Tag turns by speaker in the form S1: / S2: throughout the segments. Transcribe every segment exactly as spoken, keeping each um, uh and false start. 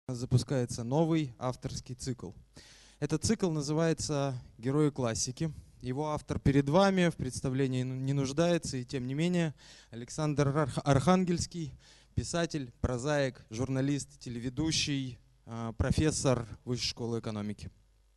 S1: Запускается новый авторский цикл. Этот цикл называется «Герои классики». Его автор перед вами, в представлении не нуждается, и тем не менее Александр Архангельский, писатель, прозаик, журналист, телеведущий, профессор Высшей школы экономики.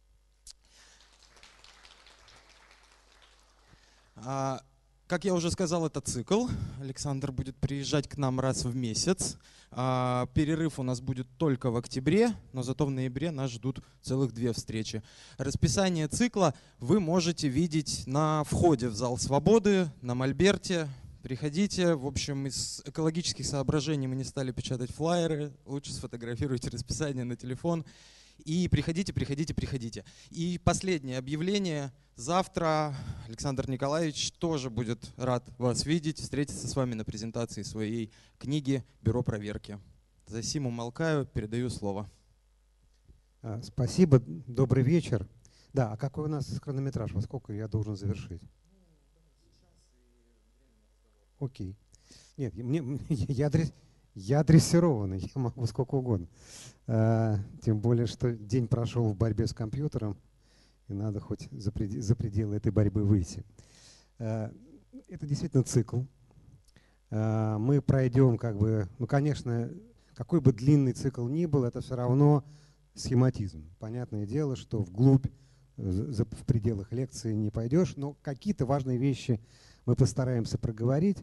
S1: Как я уже сказал, это цикл. Александр будет приезжать к нам раз в месяц. Перерыв у нас будет только в октябре, но зато в ноябре нас ждут целых две встречи. Расписание цикла вы можете видеть на входе в зал Свободы, на мольберте. Приходите. В общем, из экологических соображений мы не стали печатать флаеры. Лучше сфотографируйте расписание на телефон. И приходите, приходите, приходите. И последнее объявление. Завтра Александр Николаевич тоже будет рад вас видеть, встретиться с вами на презентации своей книги «Бюро проверки». За сим умолкаю, передаю слово.
S2: Спасибо, добрый вечер. Да, а какой у нас хронометраж? Во сколько я должен завершить? Окей. Нет, мне, я, адрес, я дрессированный, я могу сколько угодно. А, тем более, что день прошел в борьбе с компьютером, и надо хоть за пределы, за пределы этой борьбы выйти. А, это действительно цикл. А, мы пройдем, как бы, ну, конечно, какой бы длинный цикл ни был, это все равно схематизм. Понятное дело, что вглубь, в пределах лекции не пойдешь, но какие-то важные вещи мы постараемся проговорить.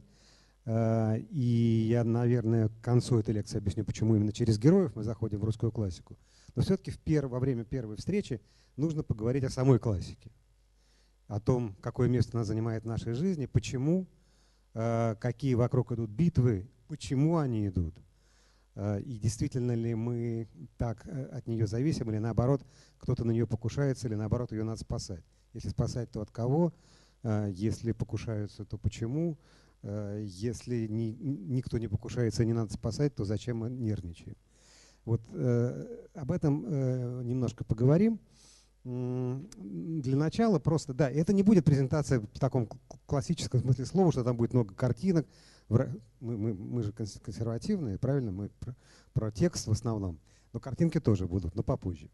S2: И я, наверное, к концу этой лекции объясню, почему именно через героев мы заходим в русскую классику. Но все-таки в пер... во время первой встречи нужно поговорить о самой классике. О том, какое место она занимает в нашей жизни, почему, какие вокруг идут битвы, почему они идут. И действительно ли мы так от нее зависим, или наоборот, кто-то на нее покушается, или наоборот, ее надо спасать. Если спасать, то от кого? Если покушаются, то почему? Если ни, никто не покушается и не надо спасать, то зачем мы нервничаем? Вот э, об этом э, немножко поговорим. Для начала просто, да, это не будет презентация в таком классическом смысле слова, что там будет много картинок. Мы, мы, мы же консервативные, правильно? Мы про, про текст в основном. Но картинки тоже будут, но попозже.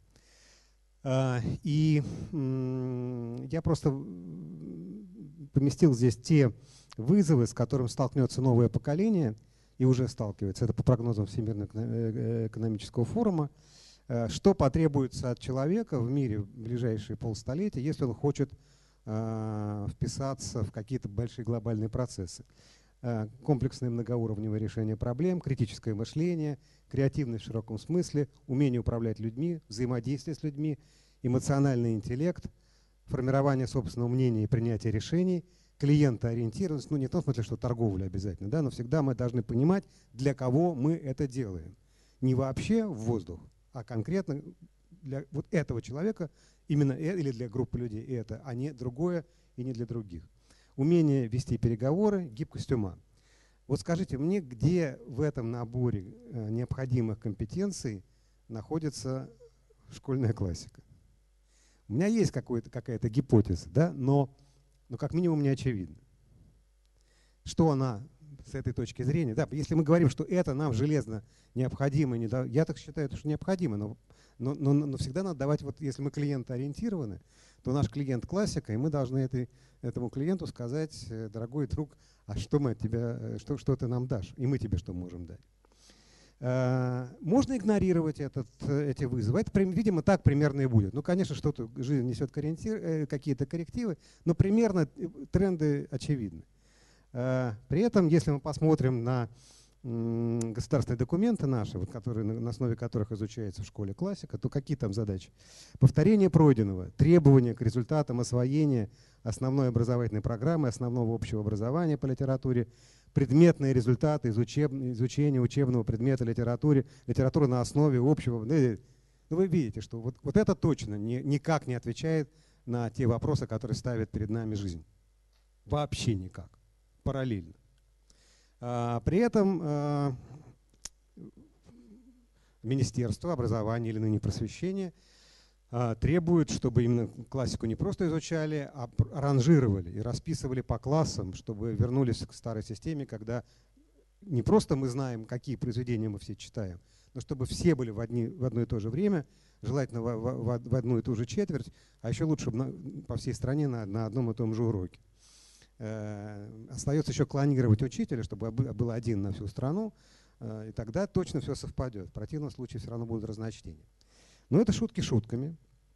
S2: И я просто поместил здесь те вызовы, с которыми столкнется новое поколение, и уже сталкивается, это по прогнозам Всемирного экономического форума, что потребуется от человека в мире в ближайшие полстолетия, если он хочет вписаться в какие-то большие глобальные процессы. Комплексное многоуровневое решение проблем, критическое мышление, креативность в широком смысле, умение управлять людьми, взаимодействие с людьми, эмоциональный интеллект, формирование собственного мнения и принятие решений, клиентоориентированность, ну не в том смысле, что торговля обязательно, да, но всегда мы должны понимать, для кого мы это делаем. Не вообще в воздух, а конкретно для вот этого человека, именно или для группы людей это, а не другое и не для других. Умение вести переговоры, гибкость ума. Вот скажите мне, где в этом наборе необходимых компетенций находится школьная классика? У меня есть какая-то гипотеза, да, но, но как минимум не очевидно. Что она с этой точки зрения? Да, если мы говорим, что это нам железно необходимо, не да, я так считаю, что необходимо, но, но, но, но всегда надо давать, вот если мы клиентоориентированы, то наш клиент классика, и мы должны этой, этому клиенту сказать: дорогой друг, а что мы от тебя, что, что ты нам дашь, и мы тебе что можем дать. Можно игнорировать этот, эти вызовы. Это, видимо, так примерно и будет. Ну, конечно, что-то жизнь несет какие-то коррективы, но примерно тренды очевидны. При этом, если мы посмотрим на государственные документы наши, вот, которые, на основе которых изучается в школе классика, то какие там задачи? Повторение пройденного, требования к результатам освоения основной образовательной программы, основного общего образования по литературе, предметные результаты из учеб... изучения учебного предмета литературы, литература на основе общего. Ну, вы видите, что вот, вот это точно не, никак не отвечает на те вопросы, которые ставит перед нами жизнь. Вообще никак. Параллельно. При этом Министерство образования или ныне просвещения требует, чтобы именно классику не просто изучали, а ранжировали и расписывали по классам, чтобы вернулись к старой системе, когда не просто мы знаем, какие произведения мы все читаем, но чтобы все были в, одни, в одно и то же время, желательно в, в, в одну и ту же четверть, а еще лучше на, по всей стране на, на одном и том же уроке. Э, остается еще клонировать учителя, чтобы был один на всю страну, э, и тогда точно все совпадет. В противном случае все равно будут разночтения. Но это шутки шутками.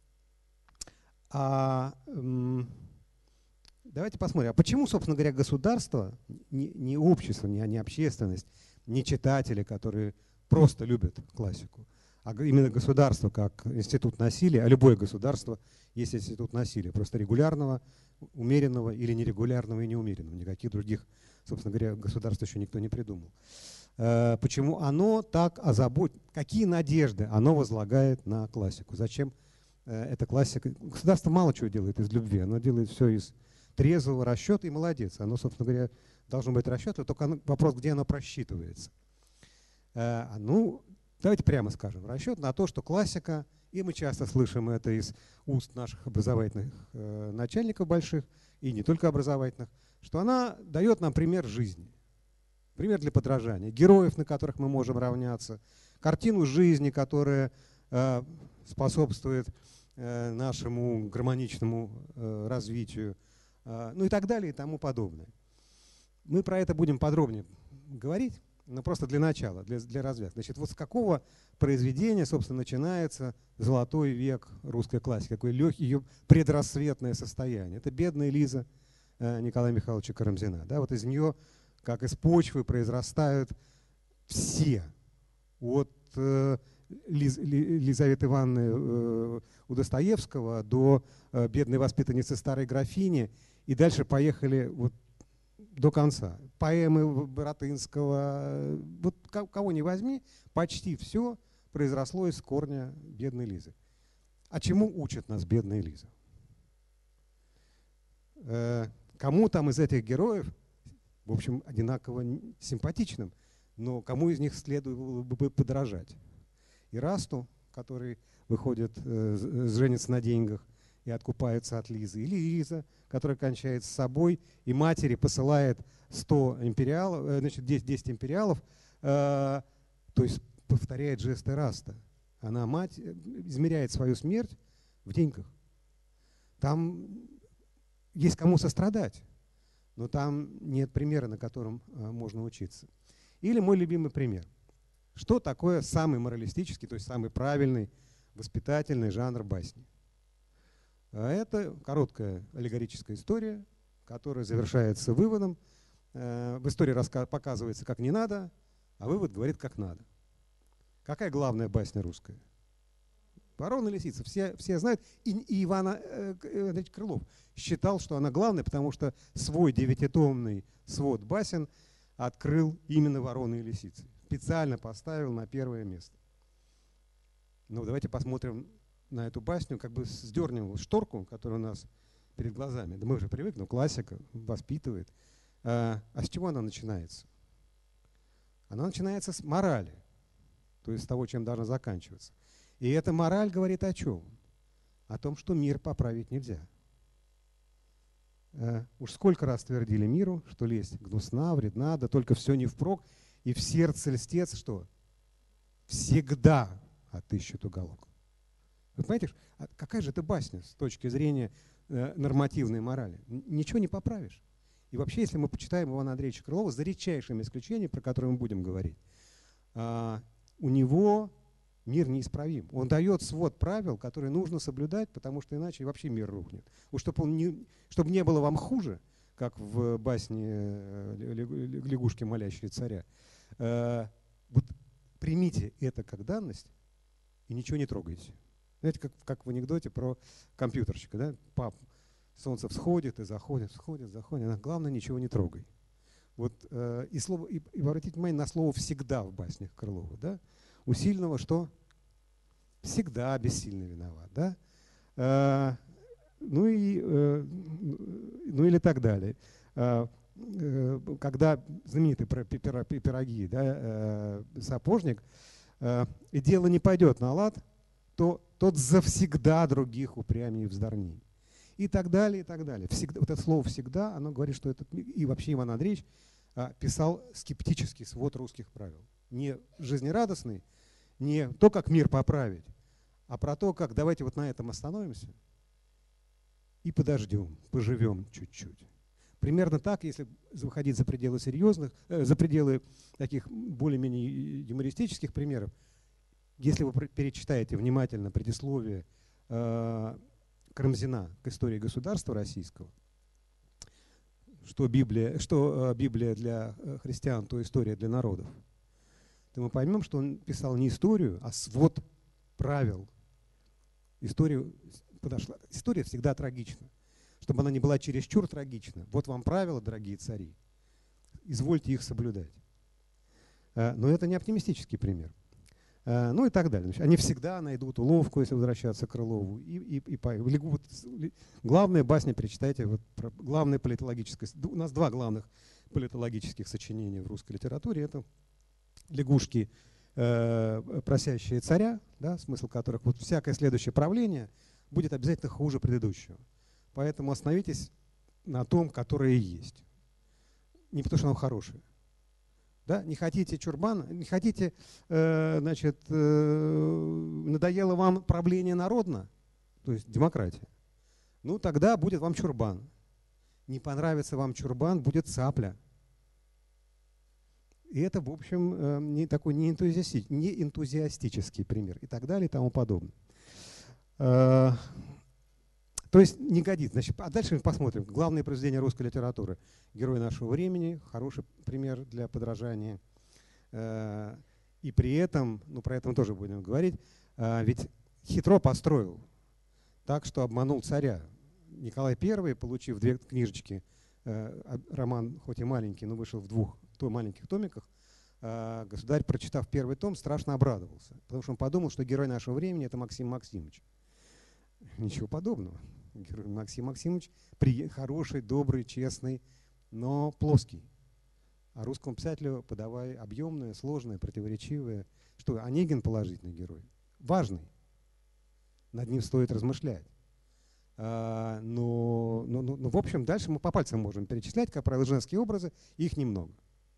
S2: А, эм, давайте посмотрим, а почему, собственно говоря, государство, не, не общество, не, не общественность, не читатели, которые просто любят классику, а именно государство как институт насилия, а любое государство есть институт насилия, просто регулярного, умеренного или нерегулярного и неумеренного. Никаких других, собственно говоря, государств еще никто не придумал. Э, почему оно так озаботит, какие надежды оно возлагает на классику? Зачем э, эта классика? Государство мало чего делает из любви, оно делает все из трезвого расчета, и молодец. Оно, собственно говоря, должно быть расчетливо, только оно, вопрос, где оно просчитывается. Э, ну, давайте прямо скажем, расчет на то, что классика, и мы часто слышим это из уст наших образовательных э, начальников больших, и не только образовательных, что она дает нам пример жизни, пример для подражания, героев, на которых мы можем равняться, картину жизни, которая э, способствует э, нашему гармоничному э, развитию, э, ну и так далее и тому подобное. Мы про это будем подробнее говорить. Но просто для начала, для, для развязки. Значит, вот с какого произведения, собственно, начинается золотой век русской классики, какое легкое ее предрассветное состояние. Это «Бедная Лиза» Николая Михайловича Карамзина. Да, вот из нее, как из почвы, произрастают все. От э, Лиз, Лизаветы Ивановны э, у Достоевского до э, «Бедной воспитанницы старой графини». И дальше поехали вот до конца. Поэмы Баратынского, вот кого ни возьми, почти все произросло из корня «Бедной Лизы». А чему учит нас «Бедная Лиза»? Э, кому там из этих героев, в общем, одинаково симпатичным, но кому из них следовало бы подражать? Ирасту, который выходит, э, женится на деньгах и откупается от Лизы, или Лиза, которая кончает с собой, и матери посылает сто империалов, значит, десять, десять империалов, э, то есть повторяет жест Эраста. Она, мать, измеряет свою смерть в деньгах. Там есть кому сострадать, но там нет примера, на котором э, можно учиться. Или мой любимый пример. Что такое самый моралистический, то есть самый правильный воспитательный жанр басни? Это короткая аллегорическая история, которая завершается выводом. В истории показывается, как не надо, а вывод говорит, как надо. Какая главная басня русская? «Ворона и лисица». Все, все знают. И, и Иван э, Крылов считал, что она главная, потому что свой девятитомный свод басен открыл именно «Вороны и лисицы». Специально поставил на первое место. Ну, давайте посмотрим на эту басню, как бы сдернем шторку, которая у нас перед глазами. Да мы уже привыкли, но классика воспитывает. А, а с чего она начинается? Она начинается с морали, то есть с того, чем должна заканчиваться. И эта мораль говорит о чем? О том, что мир поправить нельзя. А, уж сколько раз твердили миру, что лесть гнусна, вредна, да только все не впрок, и в сердце льстец что? Всегда отыщет уголок. Вы понимаете, какая же это басня с точки зрения э, нормативной морали? Ничего не поправишь. И вообще, если мы почитаем Ивана Андреевича Крылова, за редчайшими исключениями, про которые мы будем говорить, э, у него мир неисправим. Он дает свод правил, которые нужно соблюдать, потому что иначе вообще мир рухнет. Вот чтобы, он не, чтобы не было вам хуже, как в басне «Лягушки, молящие царя», э, вот примите это как данность и ничего не трогайте. Знаете, как, как в анекдоте про компьютерщика, да? Пап, солнце всходит и заходит, всходит, заходит. А главное, ничего не трогай. Вот, э, и, слово, и, и обратите внимание на слово «всегда» в баснях Крылова. Да? У сильного что? Всегда бессильно виноват. Да? Э, ну, и, э, ну или так далее. Э, э, когда знаменитый про пироги, да, э, сапожник, э, и дело не пойдет на лад, то тот завсегда других упрямей и вздорней. И так далее, и так далее. Всегда, вот это слово «всегда», оно говорит, что этот, и вообще Иван Андреевич а, писал скептический свод русских правил. Не жизнерадостный не то, как мир поправить, а про то, как давайте вот на этом остановимся и подождем, поживем чуть-чуть. Примерно так, если выходить за пределы серьезных, э, за пределы таких более-менее юмористических примеров, если вы перечитаете внимательно предисловие э, Карамзина к истории государства российского, что Библия, что э, Библия для христиан, то история для народов, то мы поймем, что он писал не историю, а свод правил. Историю подошла. История всегда трагична. Чтобы она не была чересчур трагична. Вот вам правила, дорогие цари. Извольте их соблюдать. Но это не оптимистический пример. Ну и так далее. Они всегда найдут уловку, если возвращаться к Крылову. И, и, и, и, вот, главная басня, перечитайте, вот, про главное политологическое. У нас два главных политологических сочинения в русской литературе. Это «Лягушки, э, просящие царя», да, смысл которых вот всякое следующее правление будет обязательно хуже предыдущего. Поэтому остановитесь на том, которое есть. Не потому что оно хорошее. Да? Не хотите чурбана, не хотите, э, значит, э, надоело вам правление народно, то есть демократия. Ну тогда будет вам чурбан. Не понравится вам чурбан, будет цапля. И это, в общем, э, не такой не, энтузиасти, не энтузиастический пример и так далее и тому подобное. Э, То есть не годится. Значит, а дальше мы посмотрим. Главное произведение русской литературы. «Герой нашего времени». Хороший пример для подражания. И при этом, ну про это мы тоже будем говорить, ведь хитро построил так, что обманул царя. Николай Первый, получив две книжечки, роман хоть и маленький, но вышел в двух то маленьких томиках, государь, прочитав первый том, страшно обрадовался. Потому что он подумал, что герой нашего времени – это Максим Максимович. Ничего подобного. Герой Максим Максимович при, хороший, добрый, честный, но плоский. А русскому писателю подавай объемное, сложное, противоречивое. Что, Онегин положительный герой? Важный. Над ним стоит размышлять. А, но, но, но, но, в общем, дальше мы по пальцам можем перечислять, как правило, женские образы, их немного.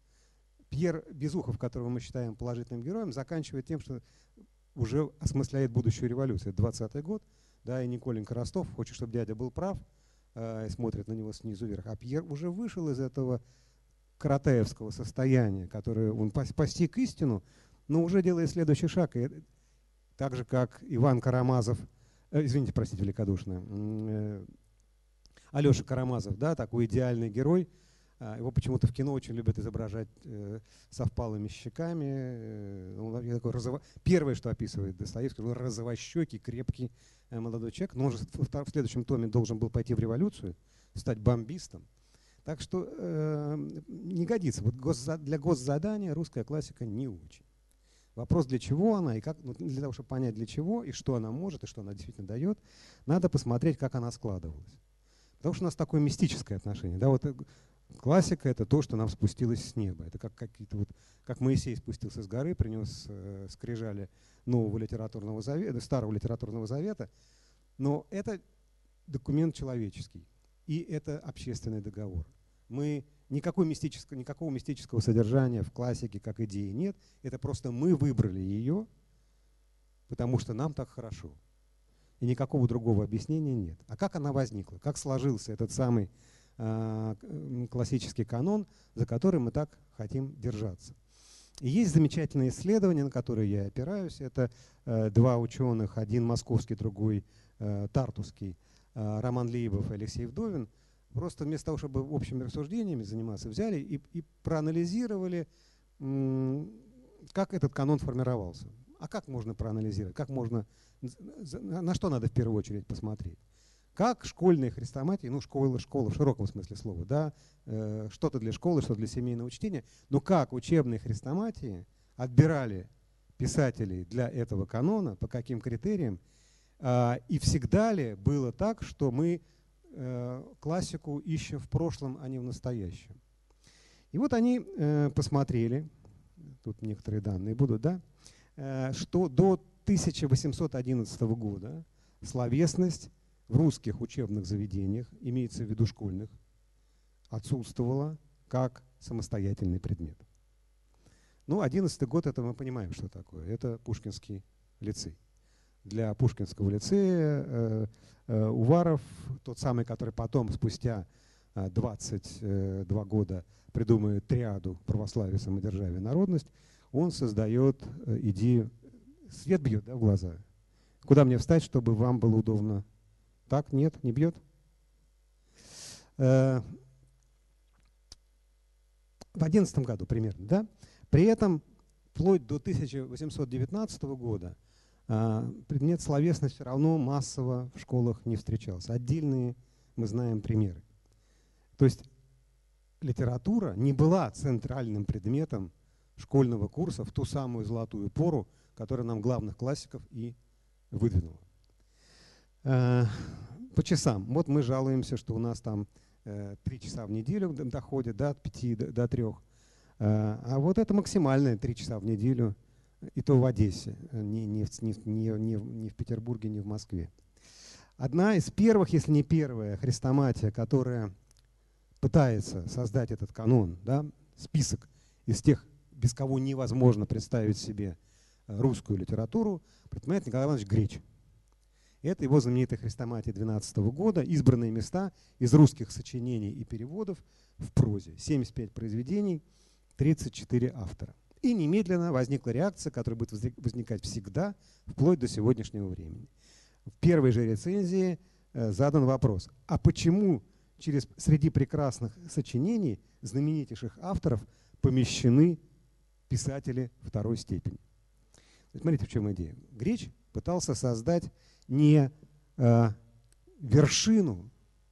S2: Пьер Безухов, которого мы считаем положительным героем, заканчивает тем, что уже осмысляет будущую революцию. Это двадцатый год. Да, и Николенька Ростов хочет, чтобы дядя был прав, э, и смотрит на него снизу вверх. А Пьер уже вышел из этого каратеевского состояния, которое он постиг истину, но уже делает следующий шаг. И так же, как Иван Карамазов, э, извините, простите, великодушно, э, Алеша Карамазов, да, такой идеальный герой. Э, его почему-то в кино очень любят изображать э, со впалыми щеками. Э, он такой розово... Первое, что описывает Достоевский, он розовощекий, крепкий молодой человек, но он же в следующем томе должен был пойти в революцию, стать бомбистом. Так что э, не годится. Вот госза для госзадания русская классика не очень. Вопрос, для чего она, и как, ну, для того, чтобы понять, для чего, и что она может, и что она действительно дает, надо посмотреть, как она складывалась. Потому что у нас такое мистическое отношение. Да, вот классика — это то, что нам спустилось с неба. Это как какие-то вот, как Моисей спустился с горы, принес э, скрижали нового литературного завета, старого литературного завета. Но это документ человеческий, и это общественный договор. Мы никакой мистического, никакого мистического содержания в классике как идеи нет. Это просто мы выбрали ее, потому что нам так хорошо. И никакого другого объяснения нет. А как она возникла? Как сложился этот самый э, классический канон, за который мы так хотим держаться? И есть замечательные исследования, на которые я опираюсь. Это э, два ученых, один московский, другой э, тартусский, э, Роман Лейбов и Алексей Вдовин. Просто вместо того, чтобы общими рассуждениями заниматься, взяли и, и проанализировали, м, как этот канон формировался. А как можно проанализировать? Как можно, на что надо в первую очередь посмотреть? Как школьные хрестоматии, ну школа, школа в широком смысле слова, да, э, что-то для школы, что-то для семейного чтения, но как учебные хрестоматии отбирали писателей для этого канона, по каким критериям, э, и всегда ли было так, что мы э, классику ищем в прошлом, а не в настоящем. И вот они э, посмотрели, тут некоторые данные будут, да, э, что до тысяча восемьсот одиннадцатого года словесность в русских учебных заведениях, имеется в виду школьных, отсутствовала как самостоятельный предмет. Ну, одиннадцатый год, это мы понимаем, что такое. Это Пушкинский лицей. Для Пушкинского лицея э, э, Уваров, тот самый, который потом, спустя э, двадцать два года, придумывает триаду православие, самодержавие, народность, он создает э, идею. Свет бьет, да, в глаза? Куда мне встать, чтобы вам было удобно? Так, нет, не бьет? Э, в одиннадцатом году примерно, да? При этом, вплоть до тысяча восемьсот девятнадцатого года, предмет словесность все равно массово в школах не встречался. Отдельные, мы знаем, примеры. То есть литература не была центральным предметом школьного курса в ту самую золотую пору, которая нам главных классиков и выдвинула. По часам. Вот мы жалуемся, что у нас там три часа в неделю доходит, да, от пяти до трех. А вот это максимальное три часа в неделю, и то в Одессе, не, не, в, не, не, не в Петербурге, не в Москве. Одна из первых, если не первая, хрестоматия, которая пытается создать этот канон, да, список из тех, без кого невозможно представить себе русскую литературу, предпринимает Николай Иванович Греч. Это его знаменитая хрестоматия двенадцатого года, избранные места из русских сочинений и переводов в прозе. семьдесят пять произведений, тридцать четыре автора. И немедленно возникла реакция, которая будет возникать всегда, вплоть до сегодняшнего времени. В первой же рецензии э, задан вопрос, а почему через, среди прекрасных сочинений знаменитейших авторов помещены писатели второй степени? Смотрите, в чем идея. Греч пытался создать не э, вершину,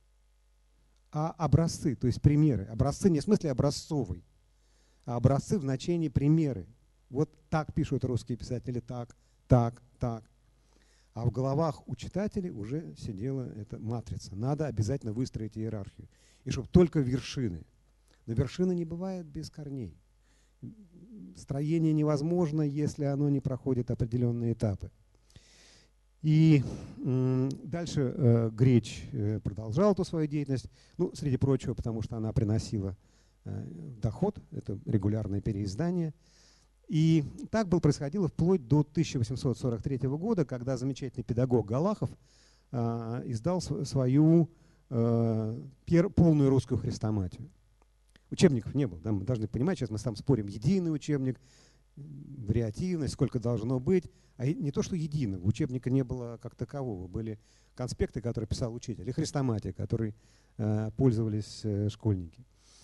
S2: а образцы, то есть примеры. Образцы не в смысле образцовый, а образцы в значении примеры. Вот так пишут русские писатели, так, так, так. А в головах у читателей уже сидела эта матрица. Надо обязательно выстроить иерархию. И чтобы только вершины. Но вершины не бывает без корней. Строение невозможно, если оно не проходит определенные этапы. И м, дальше э, Греч э, продолжал эту свою деятельность, ну, среди прочего, потому что она приносила э, доход, это регулярное переиздание. И так было происходило вплоть до тысяча восемьсот сорок третьего года, когда замечательный педагог Галахов э, издал свою э, пер, полную русскую хрестоматию. Учебников не было, да, мы должны понимать, сейчас мы там спорим, единый учебник, вариативность, сколько должно быть. А не то, что единого, учебника не было как такового. Были конспекты, которые писал учитель, и хрестоматия, которой э, пользовались э, школьники.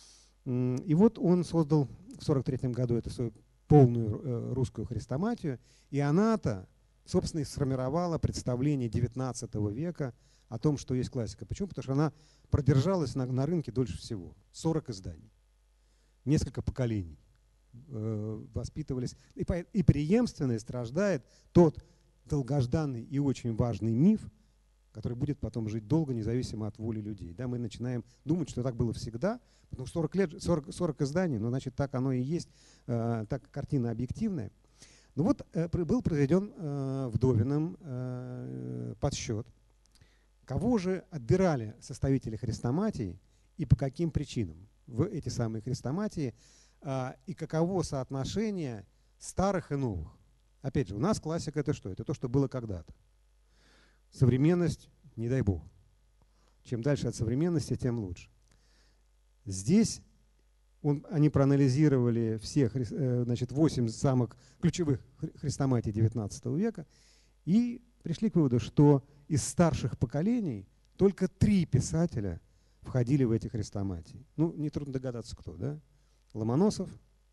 S2: И вот он создал в сорок третьем году эту свою полную э, русскую хрестоматию, и она-то, собственно, и сформировала представление девятнадцатого века о том, что есть классика. Почему? Потому что она продержалась на, на рынке дольше всего. сорок изданий, несколько поколений э, воспитывались. И, по, и преемственность рождает тот долгожданный и очень важный миф, который будет потом жить долго, независимо от воли людей. Да, мы начинаем думать, что так было всегда, потому что сорок лет, сорок, сорок изданий, ну, значит, так оно и есть, э, так картина объективная. Ну вот э, был произведен э, Вдовиным э, подсчет, кого же отбирали составители хрестоматии и по каким причинам в эти самые хрестоматии, э, и каково соотношение старых и новых. Опять же, у нас классика — это что? Это то, что было когда-то. Современность, не дай бог. Чем дальше от современности, тем лучше. Здесь он, они проанализировали все, значит, восемь самых ключевых хрестоматий девятнадцатого века и пришли к выводу, что из старших поколений только три писателя входили в эти хрестоматии. Ну, нетрудно догадаться, кто, да? Ломоносов,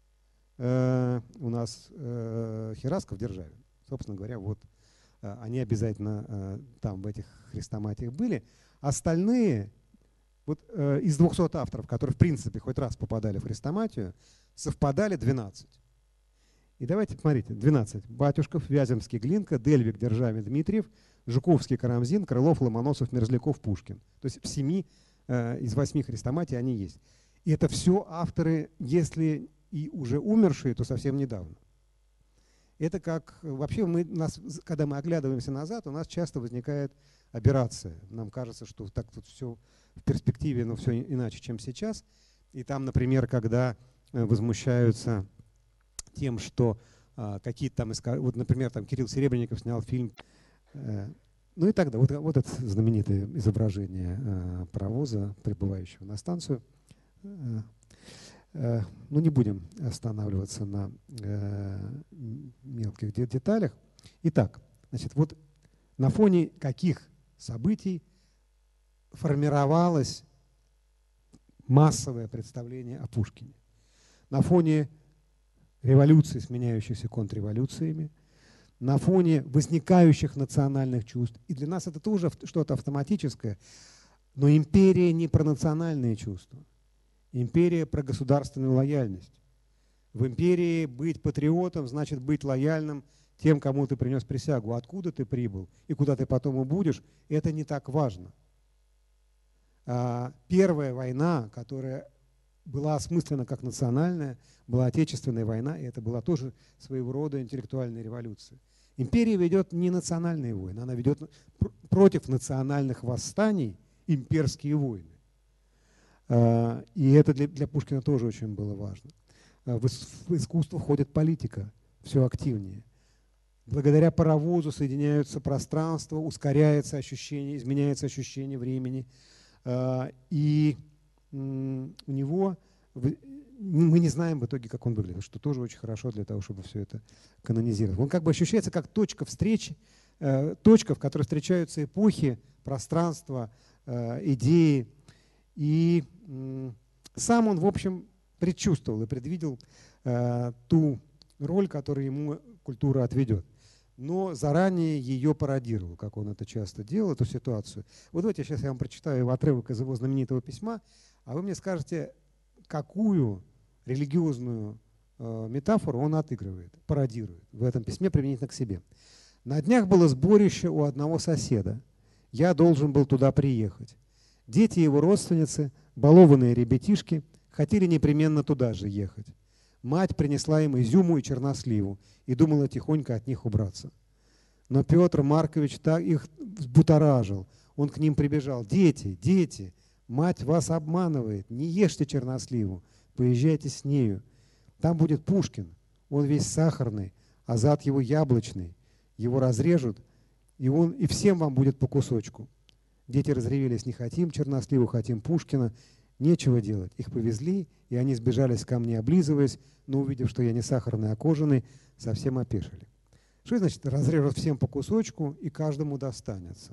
S2: э, у нас э, Херасков, Державин. Собственно говоря, вот э, они обязательно э, там в этих хрестоматиях были. Остальные, вот э, из двухсот авторов, которые в принципе хоть раз попадали в хрестоматию, совпадали двенадцать. И давайте, смотрите, двенадцать. Батюшков, Вяземский, Глинка, Дельвик, Державин, Дмитриев, Жуковский, Карамзин, Крылов, Ломоносов, Мерзляков, Пушкин. То есть в семи э, из восьми хрестоматий они есть. И это все авторы, если и уже умершие, то совсем недавно. Это как, вообще, мы, нас, когда мы оглядываемся назад, у нас часто возникает аберрация. Нам кажется, что так тут все в перспективе, но все иначе, чем сейчас. И там, например, когда возмущаются тем, что а, какие-то там, вот, например, там Кирилл Серебренников снял фильм, э, ну и так далее. Вот, вот это знаменитое изображение э, паровоза, прибывающего на станцию. Э, э, ну не будем останавливаться на э, мелких де деталях. Итак, значит, вот на фоне каких событий формировалось массовое представление о Пушкине? На фоне революций, сменяющихся контрреволюциями, на фоне возникающих национальных чувств. И для нас это тоже что-то автоматическое. Но империя не про национальные чувства. Империя про государственную лояльность. В империи быть патриотом значит быть лояльным тем, кому ты принес присягу. Откуда ты прибыл и куда ты потом убудешь, это не так важно. Первая война, которая была осмыслена как национальная, была Отечественная война, и это была тоже своего рода интеллектуальная революция. Империя ведет не национальные войны, она ведет против национальных восстаний имперские войны. И это для, для Пушкина тоже очень было важно. В искусство входит политика все активнее. Благодаря паровозу соединяются пространства, ускоряется ощущение, изменяется ощущение времени. И у него, мы не знаем в итоге, как он выглядит, что тоже очень хорошо для того, чтобы все это канонизировать. Он как бы ощущается как точка встречи, точка, в которой встречаются эпохи, пространства, идеи. И сам он, в общем, предчувствовал и предвидел ту роль, которую ему культура отведет. Но заранее ее пародировал, как он это часто делал, эту ситуацию. Вот давайте сейчас я вам прочитаю отрывок из его знаменитого письма, а вы мне скажете, какую религиозную э, метафору он отыгрывает, пародирует в этом письме применительно к себе. «На днях было сборище у одного соседа. Я должен был туда приехать. Дети его родственницы, балованные ребятишки, хотели непременно туда же ехать. Мать принесла им изюму и черносливу и думала тихонько от них убраться. Но Петр Маркович так их взбуторажил. Он к ним прибежал. «Дети, дети, мать вас обманывает. Не ешьте черносливу, поезжайте с нею. Там будет Пушкин. Он весь сахарный, а зад его яблочный. Его разрежут, и, он, и всем вам будет по кусочку». Дети разревелись: «Не хотим черносливу, хотим Пушкина». Нечего делать. Их повезли, и они сбежались ко мне, облизываясь, но, увидев, что я не сахарный, а кожаный, совсем опешили. Что значит разрежут всем по кусочку, и каждому достанется?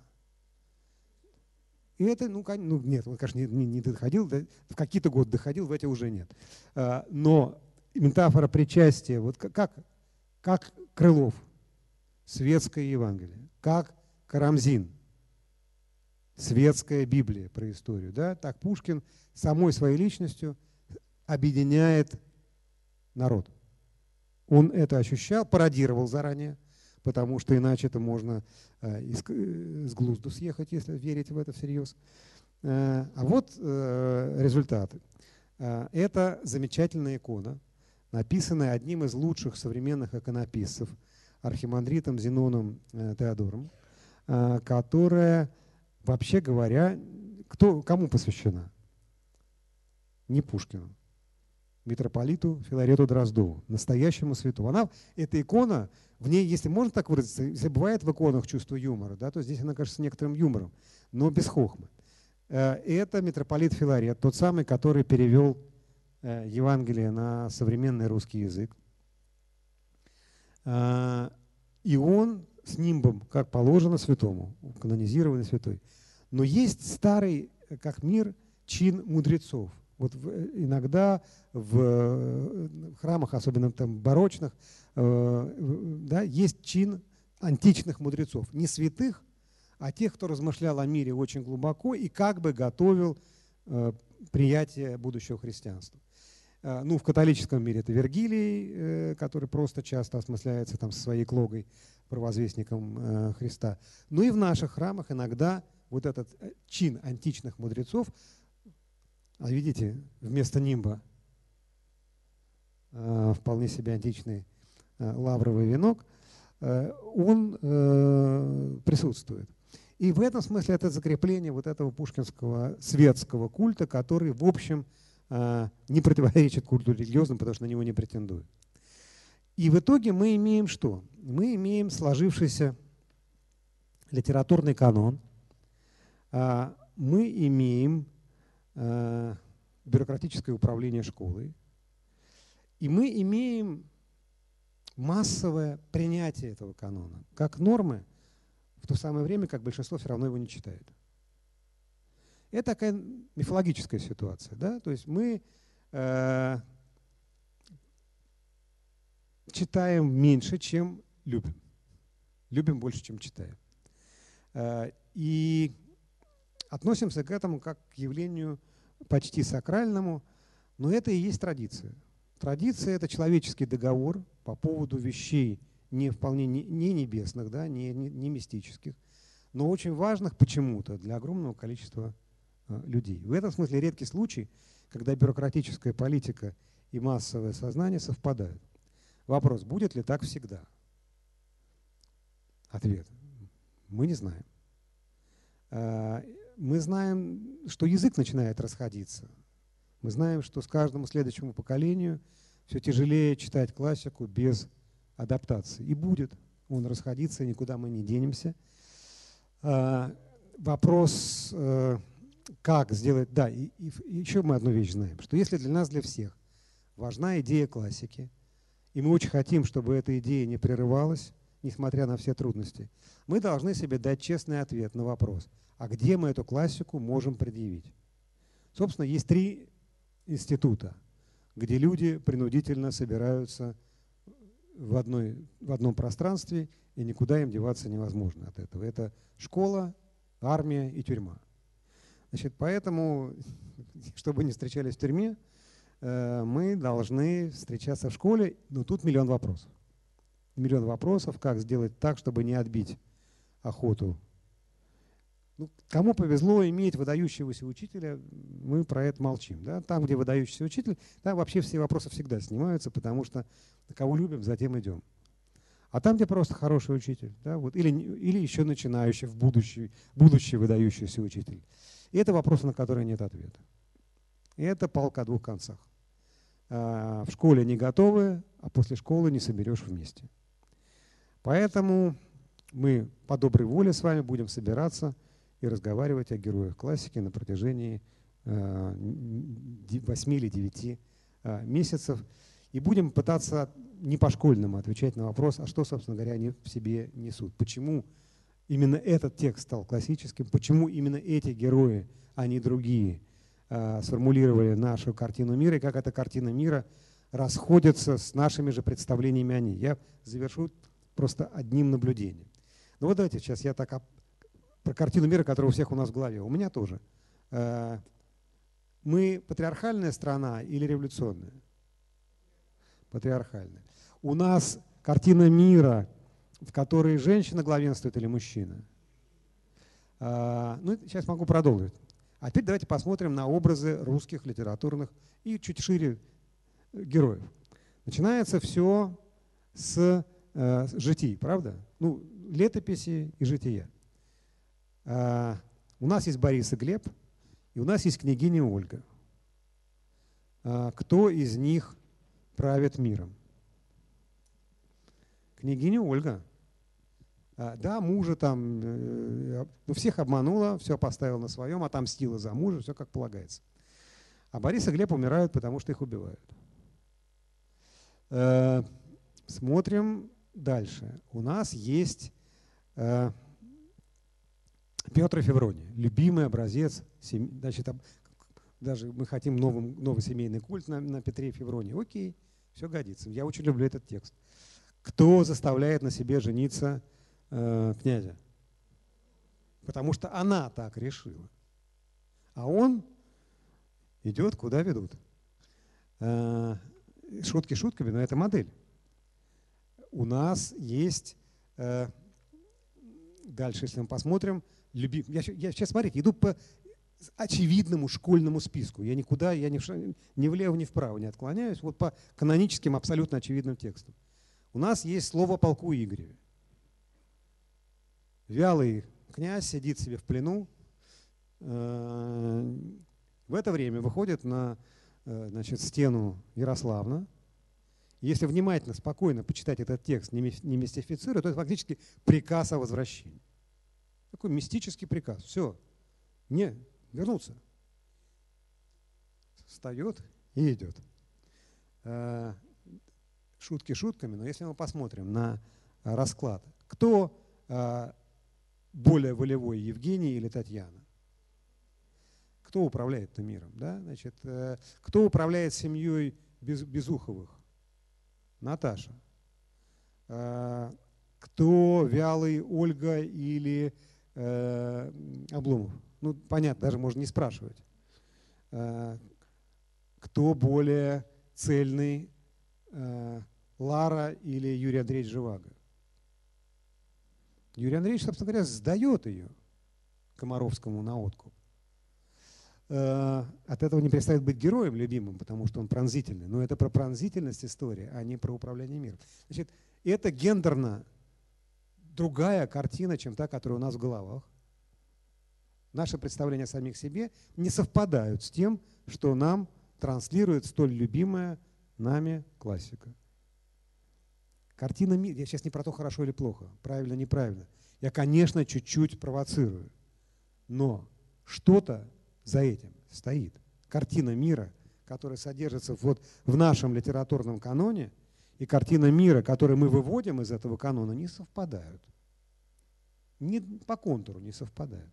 S2: И это, ну, ну нет, он, конечно, не, не доходил, в какие-то годы доходил, в эти уже нет. Но метафора причастия, вот как, как Крылов, светское Евангелие, как Карамзин, светская Библия про историю, да, так Пушкин самой своей личностью объединяет народ. Он это ощущал, пародировал заранее, потому что иначе это можно э, из, с глузду съехать, если верить в это всерьез. Э, а вот э, результаты. Э, это замечательная икона, написанная одним из лучших современных иконописцев, архимандритом Зеноном э, Теодором, э, которая, вообще говоря, кто, кому посвящена? Не Пушкину. Митрополиту Филарету Дроздову, настоящему святому. Она, эта икона, в ней, если можно так выразиться, если бывает в иконах чувство юмора, да, то здесь она кажется некоторым юмором, но без хохмы. Это митрополит Филарет, тот самый, который перевел Евангелие на современный русский язык. И он с нимбом, как положено святому, канонизированный святой. Но есть старый, как мир, чин мудрецов. Вот иногда в храмах, особенно там барочных, да, есть чин античных мудрецов. Не святых, а тех, кто размышлял о мире очень глубоко и как бы готовил приятие будущего христианства. Ну, в католическом мире это Вергилий, который просто часто осмысляется там со своей клогой, провозвестником Христа. Ну и в наших храмах иногда вот этот чин античных мудрецов, а видите, вместо нимба э, вполне себе античный э, лавровый венок, э, он э, присутствует. И в этом смысле это закрепление вот этого пушкинского светского культа, который, в общем, э, не противоречит культу религиозному, потому что на него не претендует. И в итоге мы имеем что? Мы имеем сложившийся литературный канон, мы имеем бюрократическое управление школой, и мы имеем массовое принятие этого канона как нормы, в то самое время, как большинство все равно его не читает. Это такая мифологическая ситуация. Да? То есть мы э, читаем меньше, чем любим. Любим больше, чем читаем. Э, и относимся к этому как к явлению почти сакральному, но это и есть традиция. Традиция – это человеческий договор по поводу вещей не вполне не, не небесных, да, не, не, не мистических, но очень важных почему-то для огромного количества э, людей. В этом смысле редкий случай, когда бюрократическая политика и массовое сознание совпадают. Вопрос, будет ли так всегда? Ответ – мы не знаем. Э, мы знаем, что язык начинает расходиться. Мы знаем, что с каждому следующему поколению все тяжелее читать классику без адаптации. И будет он расходиться, никуда мы не денемся. А, вопрос, а, как сделать... Да, и, и, и еще мы одну вещь знаем, что если для нас, для всех важна идея классики, и мы очень хотим, чтобы эта идея не прерывалась, несмотря на все трудности, мы должны себе дать честный ответ на вопрос, а где мы эту классику можем предъявить? Собственно, есть три института, где люди принудительно собираются в, одной, в одном пространстве, и никуда им деваться невозможно от этого. Это школа, армия и тюрьма. Значит, поэтому, чтобы не встречались в тюрьме, мы должны встречаться в школе, но тут миллион вопросов. Миллион вопросов, как сделать так, чтобы не отбить охоту. Ну, кому повезло иметь выдающегося учителя, мы про это молчим. Да? Там, где выдающийся учитель, там вообще все вопросы всегда снимаются, потому что кого любим, затем идем. А там, где просто хороший учитель, да, вот, или, или еще начинающий, в будущий, будущий выдающийся учитель. И это вопросы, на которые нет ответа. И это палка о двух концах. А, в школе не готовы, а после школы не соберешь вместе. Поэтому мы по доброй воле с вами будем собираться и разговаривать о героях классики на протяжении восьми или девяти месяцев. И будем пытаться не по-школьному отвечать на вопрос, а что, собственно говоря, они в себе несут. Почему именно этот текст стал классическим, почему именно эти герои, а не другие, сформулировали нашу картину мира, и как эта картина мира расходится с нашими же представлениями о ней. Я завершу просто одним наблюдением. Ну вот давайте сейчас я так про картину мира, которая у всех у нас в голове. У меня тоже. Мы патриархальная страна или революционная? Патриархальная. У нас картина мира, в которой женщина главенствует или мужчина? Ну, сейчас могу продолжить. А теперь давайте посмотрим на образы русских литературных и чуть шире героев. Начинается все с э, житий, правда? Ну, летописи и жития. Uh, у нас есть Борис и Глеб, и у нас есть княгиня Ольга. Uh, кто из них правит миром? Княгиня Ольга. Uh, да, мужа там, uh, ну, всех обманула, все поставила на своем, отомстила за мужа, все как полагается. А Борис и Глеб умирают, потому что их убивают. Uh, смотрим дальше. У нас есть... Uh, Петр и Феврония, любимый образец, значит, даже мы хотим новый, новый семейный культ на, на Петре и Февронии. Окей, все годится. Я очень люблю этот текст. Кто заставляет на себе жениться э, князя? Потому что она так решила. А он идет, куда ведут. Э, шутки шутками, но это модель. У нас есть, э, дальше, если мы посмотрим, Любим. Я, я сейчас, смотрите, иду по очевидному школьному списку. Я никуда, я ни, в, ни влево, ни вправо не отклоняюсь. Вот по каноническим, абсолютно очевидным текстам. У нас есть слово о полку Игореве. Вялый князь сидит себе в плену. В это время выходит на, значит, стену Ярославна Если внимательно, спокойно почитать этот текст, не мистифицируя, то это фактически приказ о возвращении. Такой мистический приказ. Все. Не, вернуться. Встает и идет. Шутки шутками, но если мы посмотрим на расклад, кто более волевой, Евгений или Татьяна? Кто управляет миром? Да? Значит, кто управляет семьей Без, Безуховых? Наташа. Кто вялый, Ольга или э, Обломов? Ну, понятно, даже можно не спрашивать. Кто более цельный, э, Лара или Юрий Андреевич Живаго? Юрий Андреевич, собственно говоря, сдает ее Комаровскому на откуп. От этого не перестает быть героем любимым, потому что он пронзительный. Но это про пронзительность истории, а не про управление миром. Значит, это гендерно другая картина, чем та, которая у нас в головах. Наши представления о самих себе не совпадают с тем, что нам транслирует столь любимая нами классика. Картина мира. Я сейчас не про то, хорошо или плохо, правильно, неправильно. Я, конечно, чуть-чуть провоцирую. Но что-то за этим стоит. Картина мира, которая содержится вот в нашем литературном каноне, и картина мира, которую мы выводим из этого канона, не совпадают. Не, по контуру не совпадают.